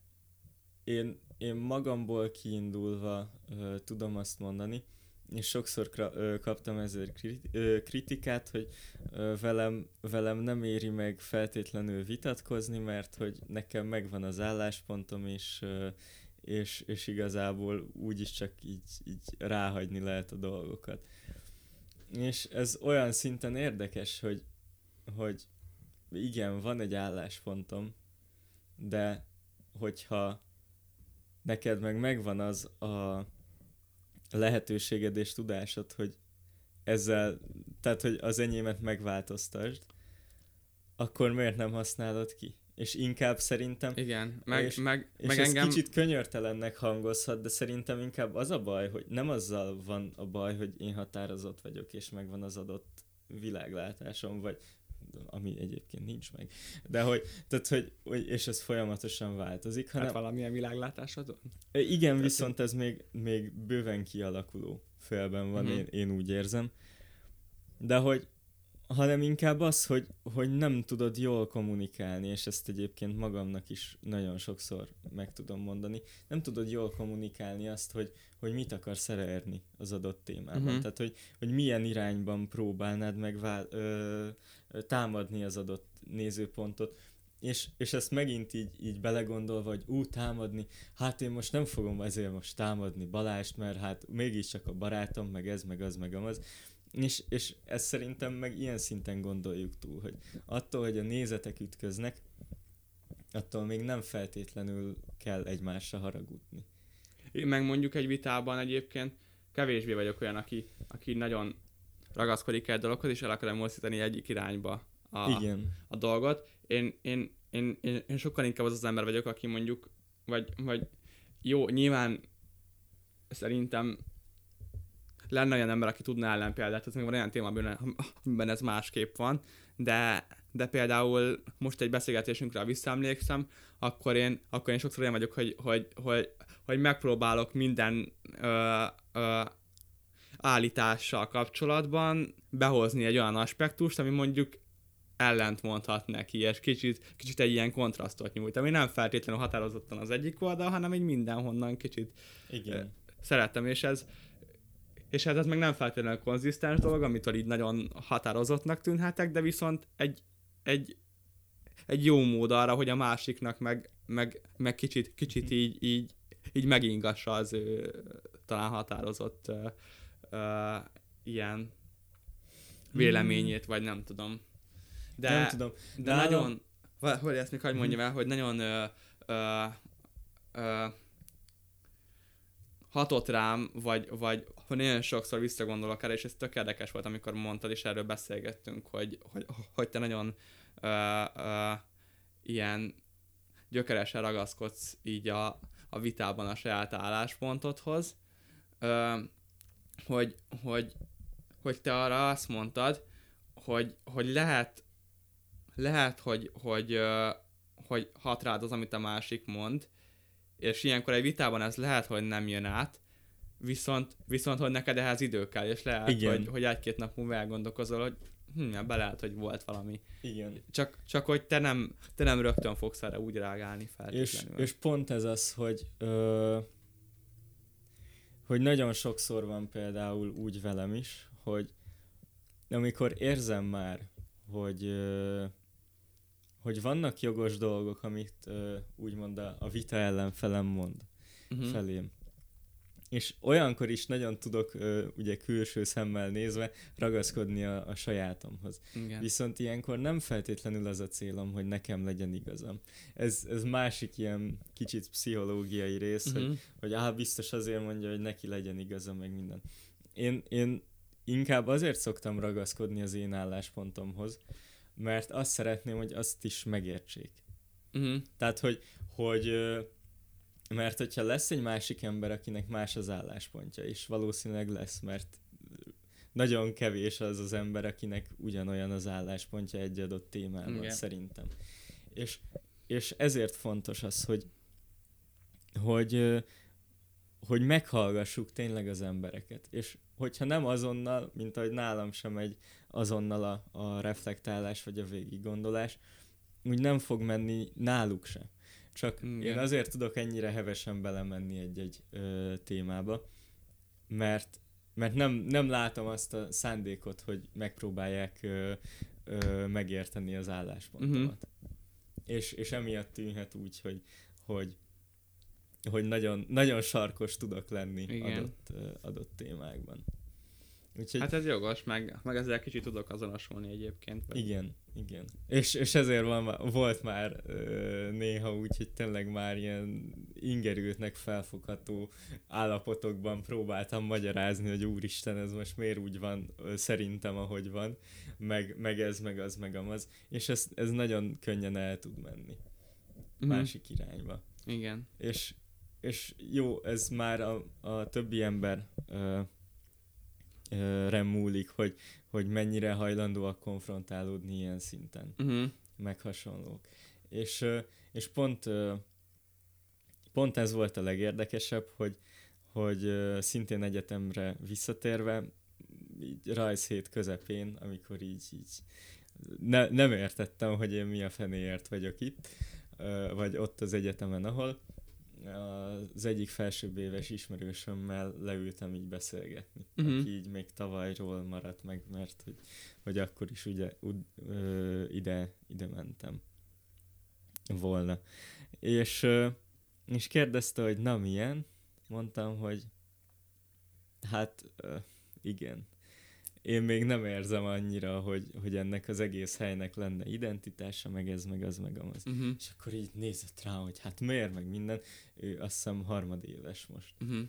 én, én magamból kiindulva uh, tudom azt mondani, és sokszor kra, uh, kaptam ezért kritikát, hogy uh, velem, velem nem éri meg feltétlenül vitatkozni, mert hogy nekem megvan az álláspontom, és uh, És, és igazából úgyis csak így, így ráhagyni lehet a dolgokat. És ez olyan szinten érdekes, hogy, hogy igen, van egy álláspontom, de hogyha neked meg megvan az a lehetőséged és tudásod, hogy ezzel, tehát hogy az enyémet megváltoztasd, akkor miért nem használod ki? És inkább szerintem... Igen, meg, és, meg, és meg ez engem... kicsit könyörtelennek hangozhat, de szerintem inkább az a baj, hogy nem azzal van a baj, hogy én határozott vagyok, és megvan az adott világlátásom, vagy ami egyébként nincs meg. De hogy, tehát, hogy, hogy és ez folyamatosan változik. Hanem, hát valamilyen világlátásod van? Igen, tehát viszont ez még, még bőven kialakuló félben van, uh-huh. én, én úgy érzem. De hogy, hanem inkább az, hogy, hogy nem tudod jól kommunikálni, és ezt egyébként magamnak is nagyon sokszor meg tudom mondani. Nem tudod jól kommunikálni azt, hogy, hogy mit akarsz elérni az adott témában. Uh-huh. Tehát, hogy, hogy milyen irányban próbálnád meg vál, ö, ö, támadni az adott nézőpontot. És, és ezt megint így, így belegondolva, hogy ú, támadni, hát én most nem fogom ezért most támadni Balást, mert hát mégiscsak a barátom, meg ez, meg az, meg az. És, és ezt szerintem meg ilyen szinten gondoljuk túl, hogy attól, hogy a nézetek ütköznek, attól még nem feltétlenül kell egymásra haragudni. Én meg mondjuk egy vitában egyébként kevésbé vagyok olyan, aki, aki nagyon ragaszkodik egy dologhoz, és el akarom mozdítani egyik irányba a, Igen. a dolgot. Én, én, én, én, én sokkal inkább az az ember vagyok, aki mondjuk, vagy, vagy jó, nyilván szerintem lenne olyan ember, aki tudná ellenpéldát, ez még van olyan téma, amiben ez másképp van, de, de például most egy beszélgetésünkre visszaemlékszem, akkor én, akkor én sokszor olyan vagyok, hogy, hogy, hogy, hogy megpróbálok minden ö, ö, állítással kapcsolatban behozni egy olyan aspektust, ami mondjuk ellent mondhat neki, és kicsit, kicsit egy ilyen kontrasztot nyújt, ami nem feltétlenül határozottan az egyik oldal, hanem így mindenhonnan kicsit Igen. szerettem, és ez és hát ez meg nem feltétlenül konzisztens dolog, amitől így nagyon határozottnak tűnhetek, de viszont egy, egy, egy jó mód arra, hogy a másiknak meg, meg, meg kicsit, kicsit így, így, így megingassa az ő talán határozott uh, uh, ilyen véleményét, vagy nem tudom. De, nem tudom. De, de nagyon, állam... hogy ezt még hagyd mondjam el, hogy nagyon uh, uh, uh, hatott rám, vagy, vagy hogy nagyon sokszor visszagondolok erre, és ez tök érdekes volt, amikor mondtad, és erről beszélgettünk, hogy, hogy, hogy te nagyon uh, uh, ilyen gyökeresen ragaszkodsz így a, a vitában a saját álláspontodhoz, uh, hogy, hogy, hogy te arra azt mondtad, hogy, hogy lehet, lehet hogy, hogy, uh, hogy hat rád az, amit a másik mond, és ilyenkor egy vitában ez lehet, hogy nem jön át, viszont, viszont hogy neked ehhez idő kell, és lehet, hogy, hogy egy-két nap múlva elgondolkozol, hogy hm, be lehet, hogy volt valami. Igen. Csak, csak hogy te nem, te nem rögtön fogsz erre úgy reagálni feltétlenül. És, és pont ez az, hogy ö, hogy nagyon sokszor van például úgy velem is, hogy amikor érzem már, hogy ö, hogy vannak jogos dolgok, amit uh, úgymond a, a vita ellenfelem mond uh-huh. felém. És olyankor is nagyon tudok uh, ugye külső szemmel nézve ragaszkodni a, a sajátomhoz. Igen. Viszont ilyenkor nem feltétlenül az a célom, hogy nekem legyen igazam. Ez, ez másik ilyen kicsit pszichológiai rész, uh-huh. hogy, hogy áh, biztos azért mondja, hogy neki legyen igaza, meg minden. Én, én inkább azért szoktam ragaszkodni az én álláspontomhoz, mert azt szeretném, hogy azt is megértsék. Uh-huh. Tehát, hogy, hogy mert hogyha lesz egy másik ember, akinek más az álláspontja, és valószínűleg lesz, mert nagyon kevés az az ember, akinek ugyanolyan az álláspontja egy adott témában, igen. szerintem. És, és ezért fontos az, hogy, hogy, hogy meghallgassuk tényleg az embereket. És hogyha nem azonnal, mint ahogy nálam sem egy azonnal a, a reflektálás vagy a végiggondolás, úgy nem fog menni náluk se. Csak igen. én azért tudok ennyire hevesen belemenni egy-egy ö, témába, mert, mert nem, nem látom azt a szándékot, hogy megpróbálják ö, ö, megérteni az álláspontomat. Uh-huh. És, és emiatt tűnhet úgy, hogy, hogy, hogy nagyon, nagyon sarkos tudok lenni adott, ö, adott témákban. Úgyhogy... Hát ez jogos, meg, meg ezzel kicsit tudok azonosulni egyébként. Vagy... Igen, igen. És, és ezért van, volt már ö, néha úgy, hogy tényleg már ilyen ingerültnek felfogható állapotokban próbáltam magyarázni, hogy úristen, ez most miért úgy van ö, szerintem, ahogy van, meg, meg ez, meg az, meg amaz. És ez, ez nagyon könnyen el tud menni uh-huh. másik irányba. Igen. És, és jó, ez már a, a többi ember... Ö, rem múlik, hogy, hogy mennyire hajlandóak konfrontálódni ilyen szinten, uh-huh. meg hasonlók. És, és pont, pont ez volt a legérdekesebb, hogy, hogy szintén egyetemre visszatérve így rajzhét közepén, amikor így, így ne, nem értettem, hogy én mi a fenéért vagyok itt, vagy ott az egyetemen, ahol az egyik felsőbb éves ismerősömmel leültem így beszélgetni, uh-huh. aki így még tavalyról maradt meg, mert hogy, hogy akkor is ugye ud, ö, ide, ide mentem volna. És, ö, és kérdezte, hogy na milyen? Mondtam, hogy hát ö, igen. Én még nem érzem annyira, hogy, hogy ennek az egész helynek lenne identitása, meg ez, meg az, meg az. Uh-huh. És akkor így nézett rá, hogy hát miért, meg minden. Ő azt hiszem harmadéves most. Uh-huh.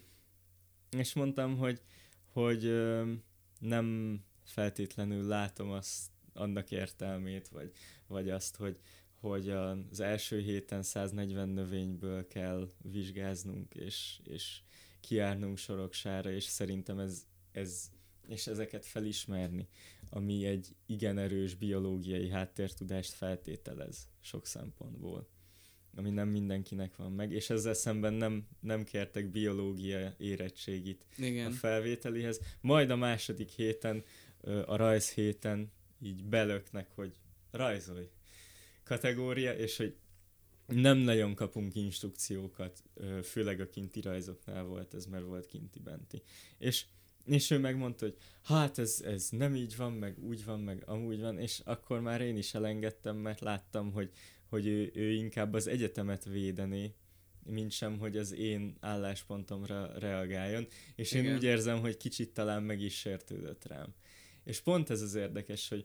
És mondtam, hogy, hogy ö, nem feltétlenül látom azt, annak értelmét, vagy, vagy azt, hogy, hogy az első héten száznegyven növényből kell vizsgáznunk, és, és kijárnunk Soroksára, és szerintem ez, ez és ezeket felismerni, ami egy igen erős biológiai háttértudást feltételez sok szempontból, ami nem mindenkinek van meg, és ezzel szemben nem, nem kértek biológia érettségit igen. a felvételihez. Majd a második héten, a rajz héten így belöknek, hogy rajzolj kategória, és hogy nem nagyon kapunk instrukciókat, főleg a kinti rajzoknál volt ez, mert volt kinti-benti. És És ő megmondta, hogy hát ez, ez nem így van, meg úgy van, meg amúgy van, és akkor már én is elengedtem, mert láttam, hogy, hogy ő, ő inkább az egyetemet védené, mint sem, hogy az én álláspontomra reagáljon, és én Igen. úgy érzem, hogy kicsit talán meg is sértődött rám. És pont ez az érdekes, hogy,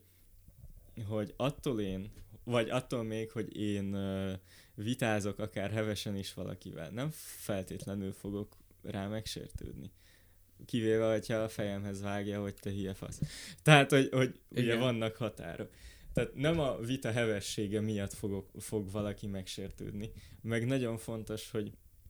hogy attól én, vagy attól még, hogy én uh, vitázok akár hevesen is valakivel, nem feltétlenül fogok rá megsértődni. Kivéve, hogyha a fejemhez vágja, hogy te hülye fasz. Tehát, hogy, hogy ugye vannak határok. Tehát nem a vita hevessége miatt fogok, fog valaki megsértődni. Meg nagyon fontos, hogy,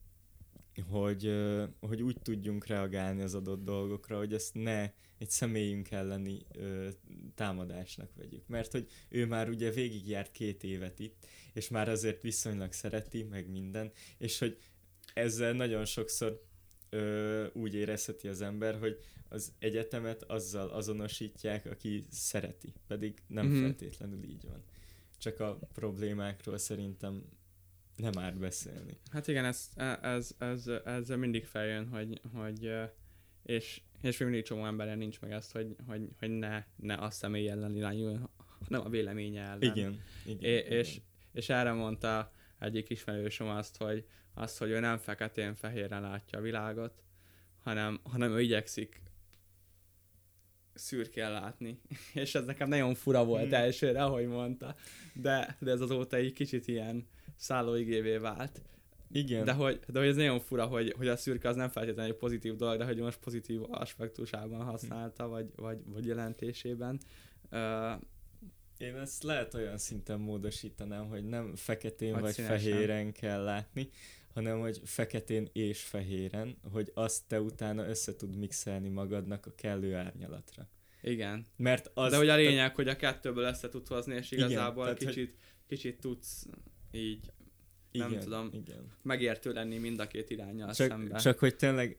hogy, hogy úgy tudjunk reagálni az adott dolgokra, hogy ezt ne egy személyünk elleni ö, támadásnak vegyük. Mert hogy ő már ugye végigjárt két évet itt, és már azért viszonylag szereti, meg minden, és hogy ezzel nagyon sokszor Ö, úgy érezheti az ember, hogy az egyetemet azzal azonosítják, aki szereti, pedig nem mm-hmm. feltétlenül így van. Csak a problémákról szerintem nem árt beszélni. Hát igen, ez, ez, ez, ez mindig feljön, hogy, hogy és, és még mindig csomó emberen nincs meg ezt, hogy, hogy, hogy ne, ne a személy ellen irányul, hanem a véleménye ellen. Igen. igen, é, igen. És, és erre mondta egyik ismerősöm azt, hogy azt, hogy ő nem feketén-fehéren látja a világot, hanem, hanem ő igyekszik szürkén látni. És ez nekem nagyon fura volt hmm. elsőre, ahogy mondta. De, de ez azóta egy kicsit ilyen szállóigévé vált. Igen. De hogy, de hogy ez nagyon fura, hogy, hogy a szürke az nem feltétlenül egy pozitív dolog, de hogy most pozitív aspektusában használta, hmm. vagy, vagy, vagy jelentésében. Uh, Én ezt lehet olyan szinten módosítanám, hogy nem feketén vagy, vagy fehéren kell látni, hanem hogy feketén és fehéren, hogy azt te utána össze tud mixelni magadnak a kellő árnyalatra. Igen. Mert az, de hogy a lényeg, te... hogy a kettőből össze tudsz hozni, és igazából igen, kicsit, hogy... kicsit tudsz így, igen, nem tudom, igen. megértő lenni mind a két iránnyal csak, szemben. Csak hogy tényleg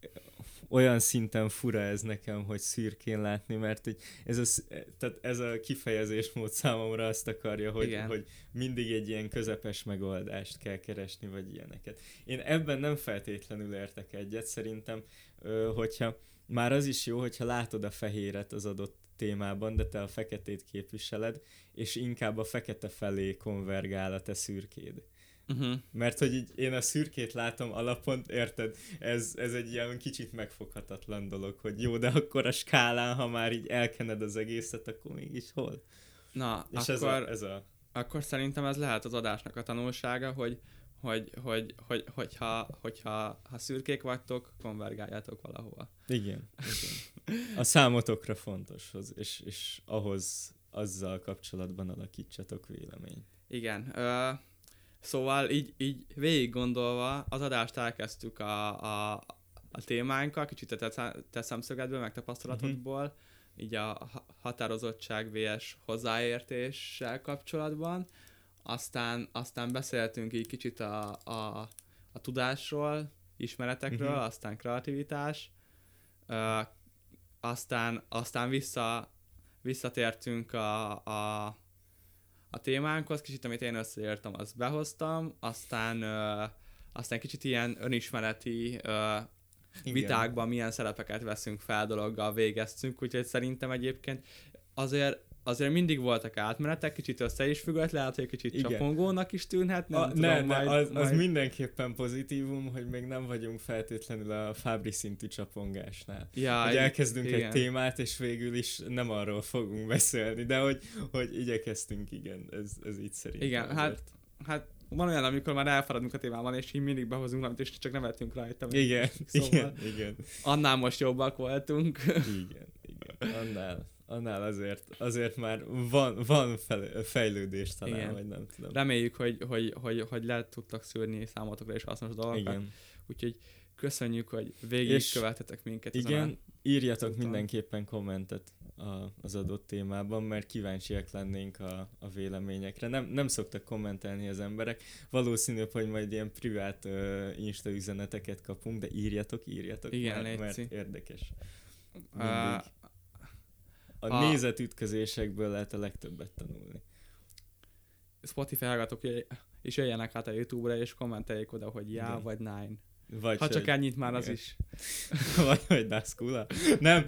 olyan szinten fura ez nekem, hogy szürkén látni, mert így ez, a, tehát ez a kifejezésmód számomra azt akarja, hogy, hogy mindig egy ilyen közepes megoldást kell keresni, vagy ilyeneket. Én ebben nem feltétlenül értek egyet, szerintem, hogyha már az is jó, hogyha látod a fehéret az adott témában, de te a feketét képviseled, és inkább a fekete felé konvergál a te szürkéd. Uh-huh. Mert hogy így én a szürkét látom alapon, érted? Ez, ez egy ilyen kicsit megfoghatatlan dolog, hogy jó, de akkor a skálán, ha már így elkened az egészet, akkor mégis hol? Na, és akkor, ez a, ez a... akkor szerintem ez lehet az adásnak a tanulsága, hogy, hogy, hogy, hogy, hogyha, hogyha ha szürkék vagytok, konvergáljátok valahol. Igen, igen. A számotokra fontos, és, és ahhoz azzal kapcsolatban alakítsatok véleményt. Igen, ö, szóval így, így végig gondolva az adást elkezdtük a, a, a témánkkal, kicsit te, te szemszögedből, meg tapasztalatodból, uh-huh. így a határozottság versus hozzáértéssel kapcsolatban. Aztán, aztán beszéltünk így kicsit a, a, a tudásról, ismeretekről, uh-huh. aztán kreativitás. Uh, aztán, aztán vissza, visszatértünk a, a, a témánkhoz, kicsit amit én összeírtam, azt behoztam, aztán, ö, aztán kicsit ilyen önismereti ö, vitákban milyen szerepeket veszünk fel dologgal végeztünk, úgyhogy szerintem egyébként azért azért mindig voltak átmenetek, kicsit össze is függött, lehet, hogy kicsit igen. csapongónak is tűnhet, nem a, tudom, ne, majd, ne, az, majd... az mindenképpen pozitívum, hogy még nem vagyunk feltétlenül a Fábri szintű csapongásnál. Ja, hogy elkezdünk igen. egy témát, és végül is nem arról fogunk beszélni, de hogy, hogy igyekeztünk, igen, ez, ez így szerintem. Igen, azért. hát, hát van olyan, amikor már elfáradunk a témában, és így mindig behozunk valamit, és csak nevetünk rajta. Igen, szóval igen, igen. Annál most jobbak voltunk. Igen, igen. Annál, annál azért, azért már van, van fel, fejlődés talán, igen. Vagy nem tudom. Reméljük, hogy, hogy, hogy, hogy le tudtak szűrni számotokra és hasznos dolgokat. Igen. Úgyhogy köszönjük, hogy végigkövetetek minket. Igen, írjatok mindenképpen kommentet a, az adott témában, mert kíváncsiak lennénk a, a véleményekre. Nem, nem szoktak kommentelni az emberek. Valószínűbb, hogy majd ilyen privát uh, Insta üzeneteket kapunk, de írjatok, írjatok, igen, mert, mert érdekes. Mindig. A, a nézetütközésekből lehet a legtöbbet tanulni. Spotify hallgatók és jöjjenek át a YouTube-ra, és kommenteljék oda, hogy já, igen. vagy nine. Vagy ha csak hogy... ennyit már igen. az is. vagy hogy Daszkula. Nem.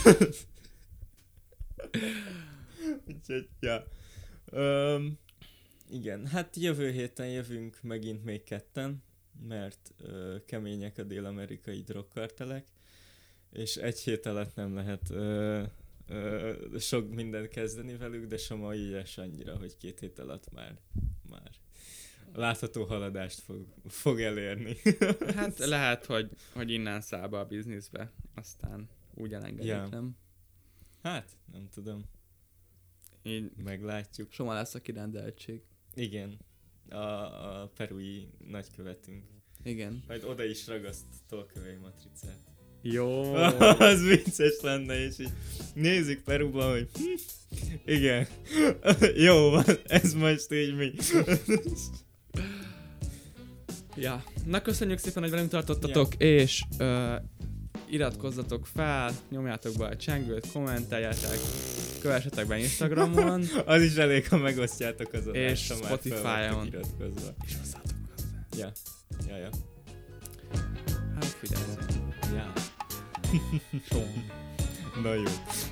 Úgyhogy, ja. Um, igen, hát jövő héten jövünk megint még ketten, mert uh, kemények a dél-amerikai drogkartelek, és egy hét alatt nem lehet uh, uh, sok mindent kezdeni velük, de Soma ügyes annyira, hogy két hét alatt már, már látható haladást fog, fog elérni. Hát lehet, hogy, hogy innen száll be a bizniszbe, aztán úgy elengedik, ja. nem? Hát, nem tudom. Így meglátjuk. Soma lesz a kirendeltség. Igen. A, a perui nagykövetünk. Igen. Majd oda is ragaszt tolkövei matricát. Jó. Az vicces lenne, és így nézzük Peruban, hogy igen. Jó van, ez most így mi. Ja. Na köszönjük szépen, hogy velünk tartottatok, ja. és uh, iratkozzatok fel, nyomjátok be a csengőt, kommenteljetek, kövessetek be Instagramon. Az is elég, ha megosztjátok az adást, és Spotify-on. És hozzátok hozzá. Ja. Ja, ja. Hát figyelj. Ja. Soha. Na jó.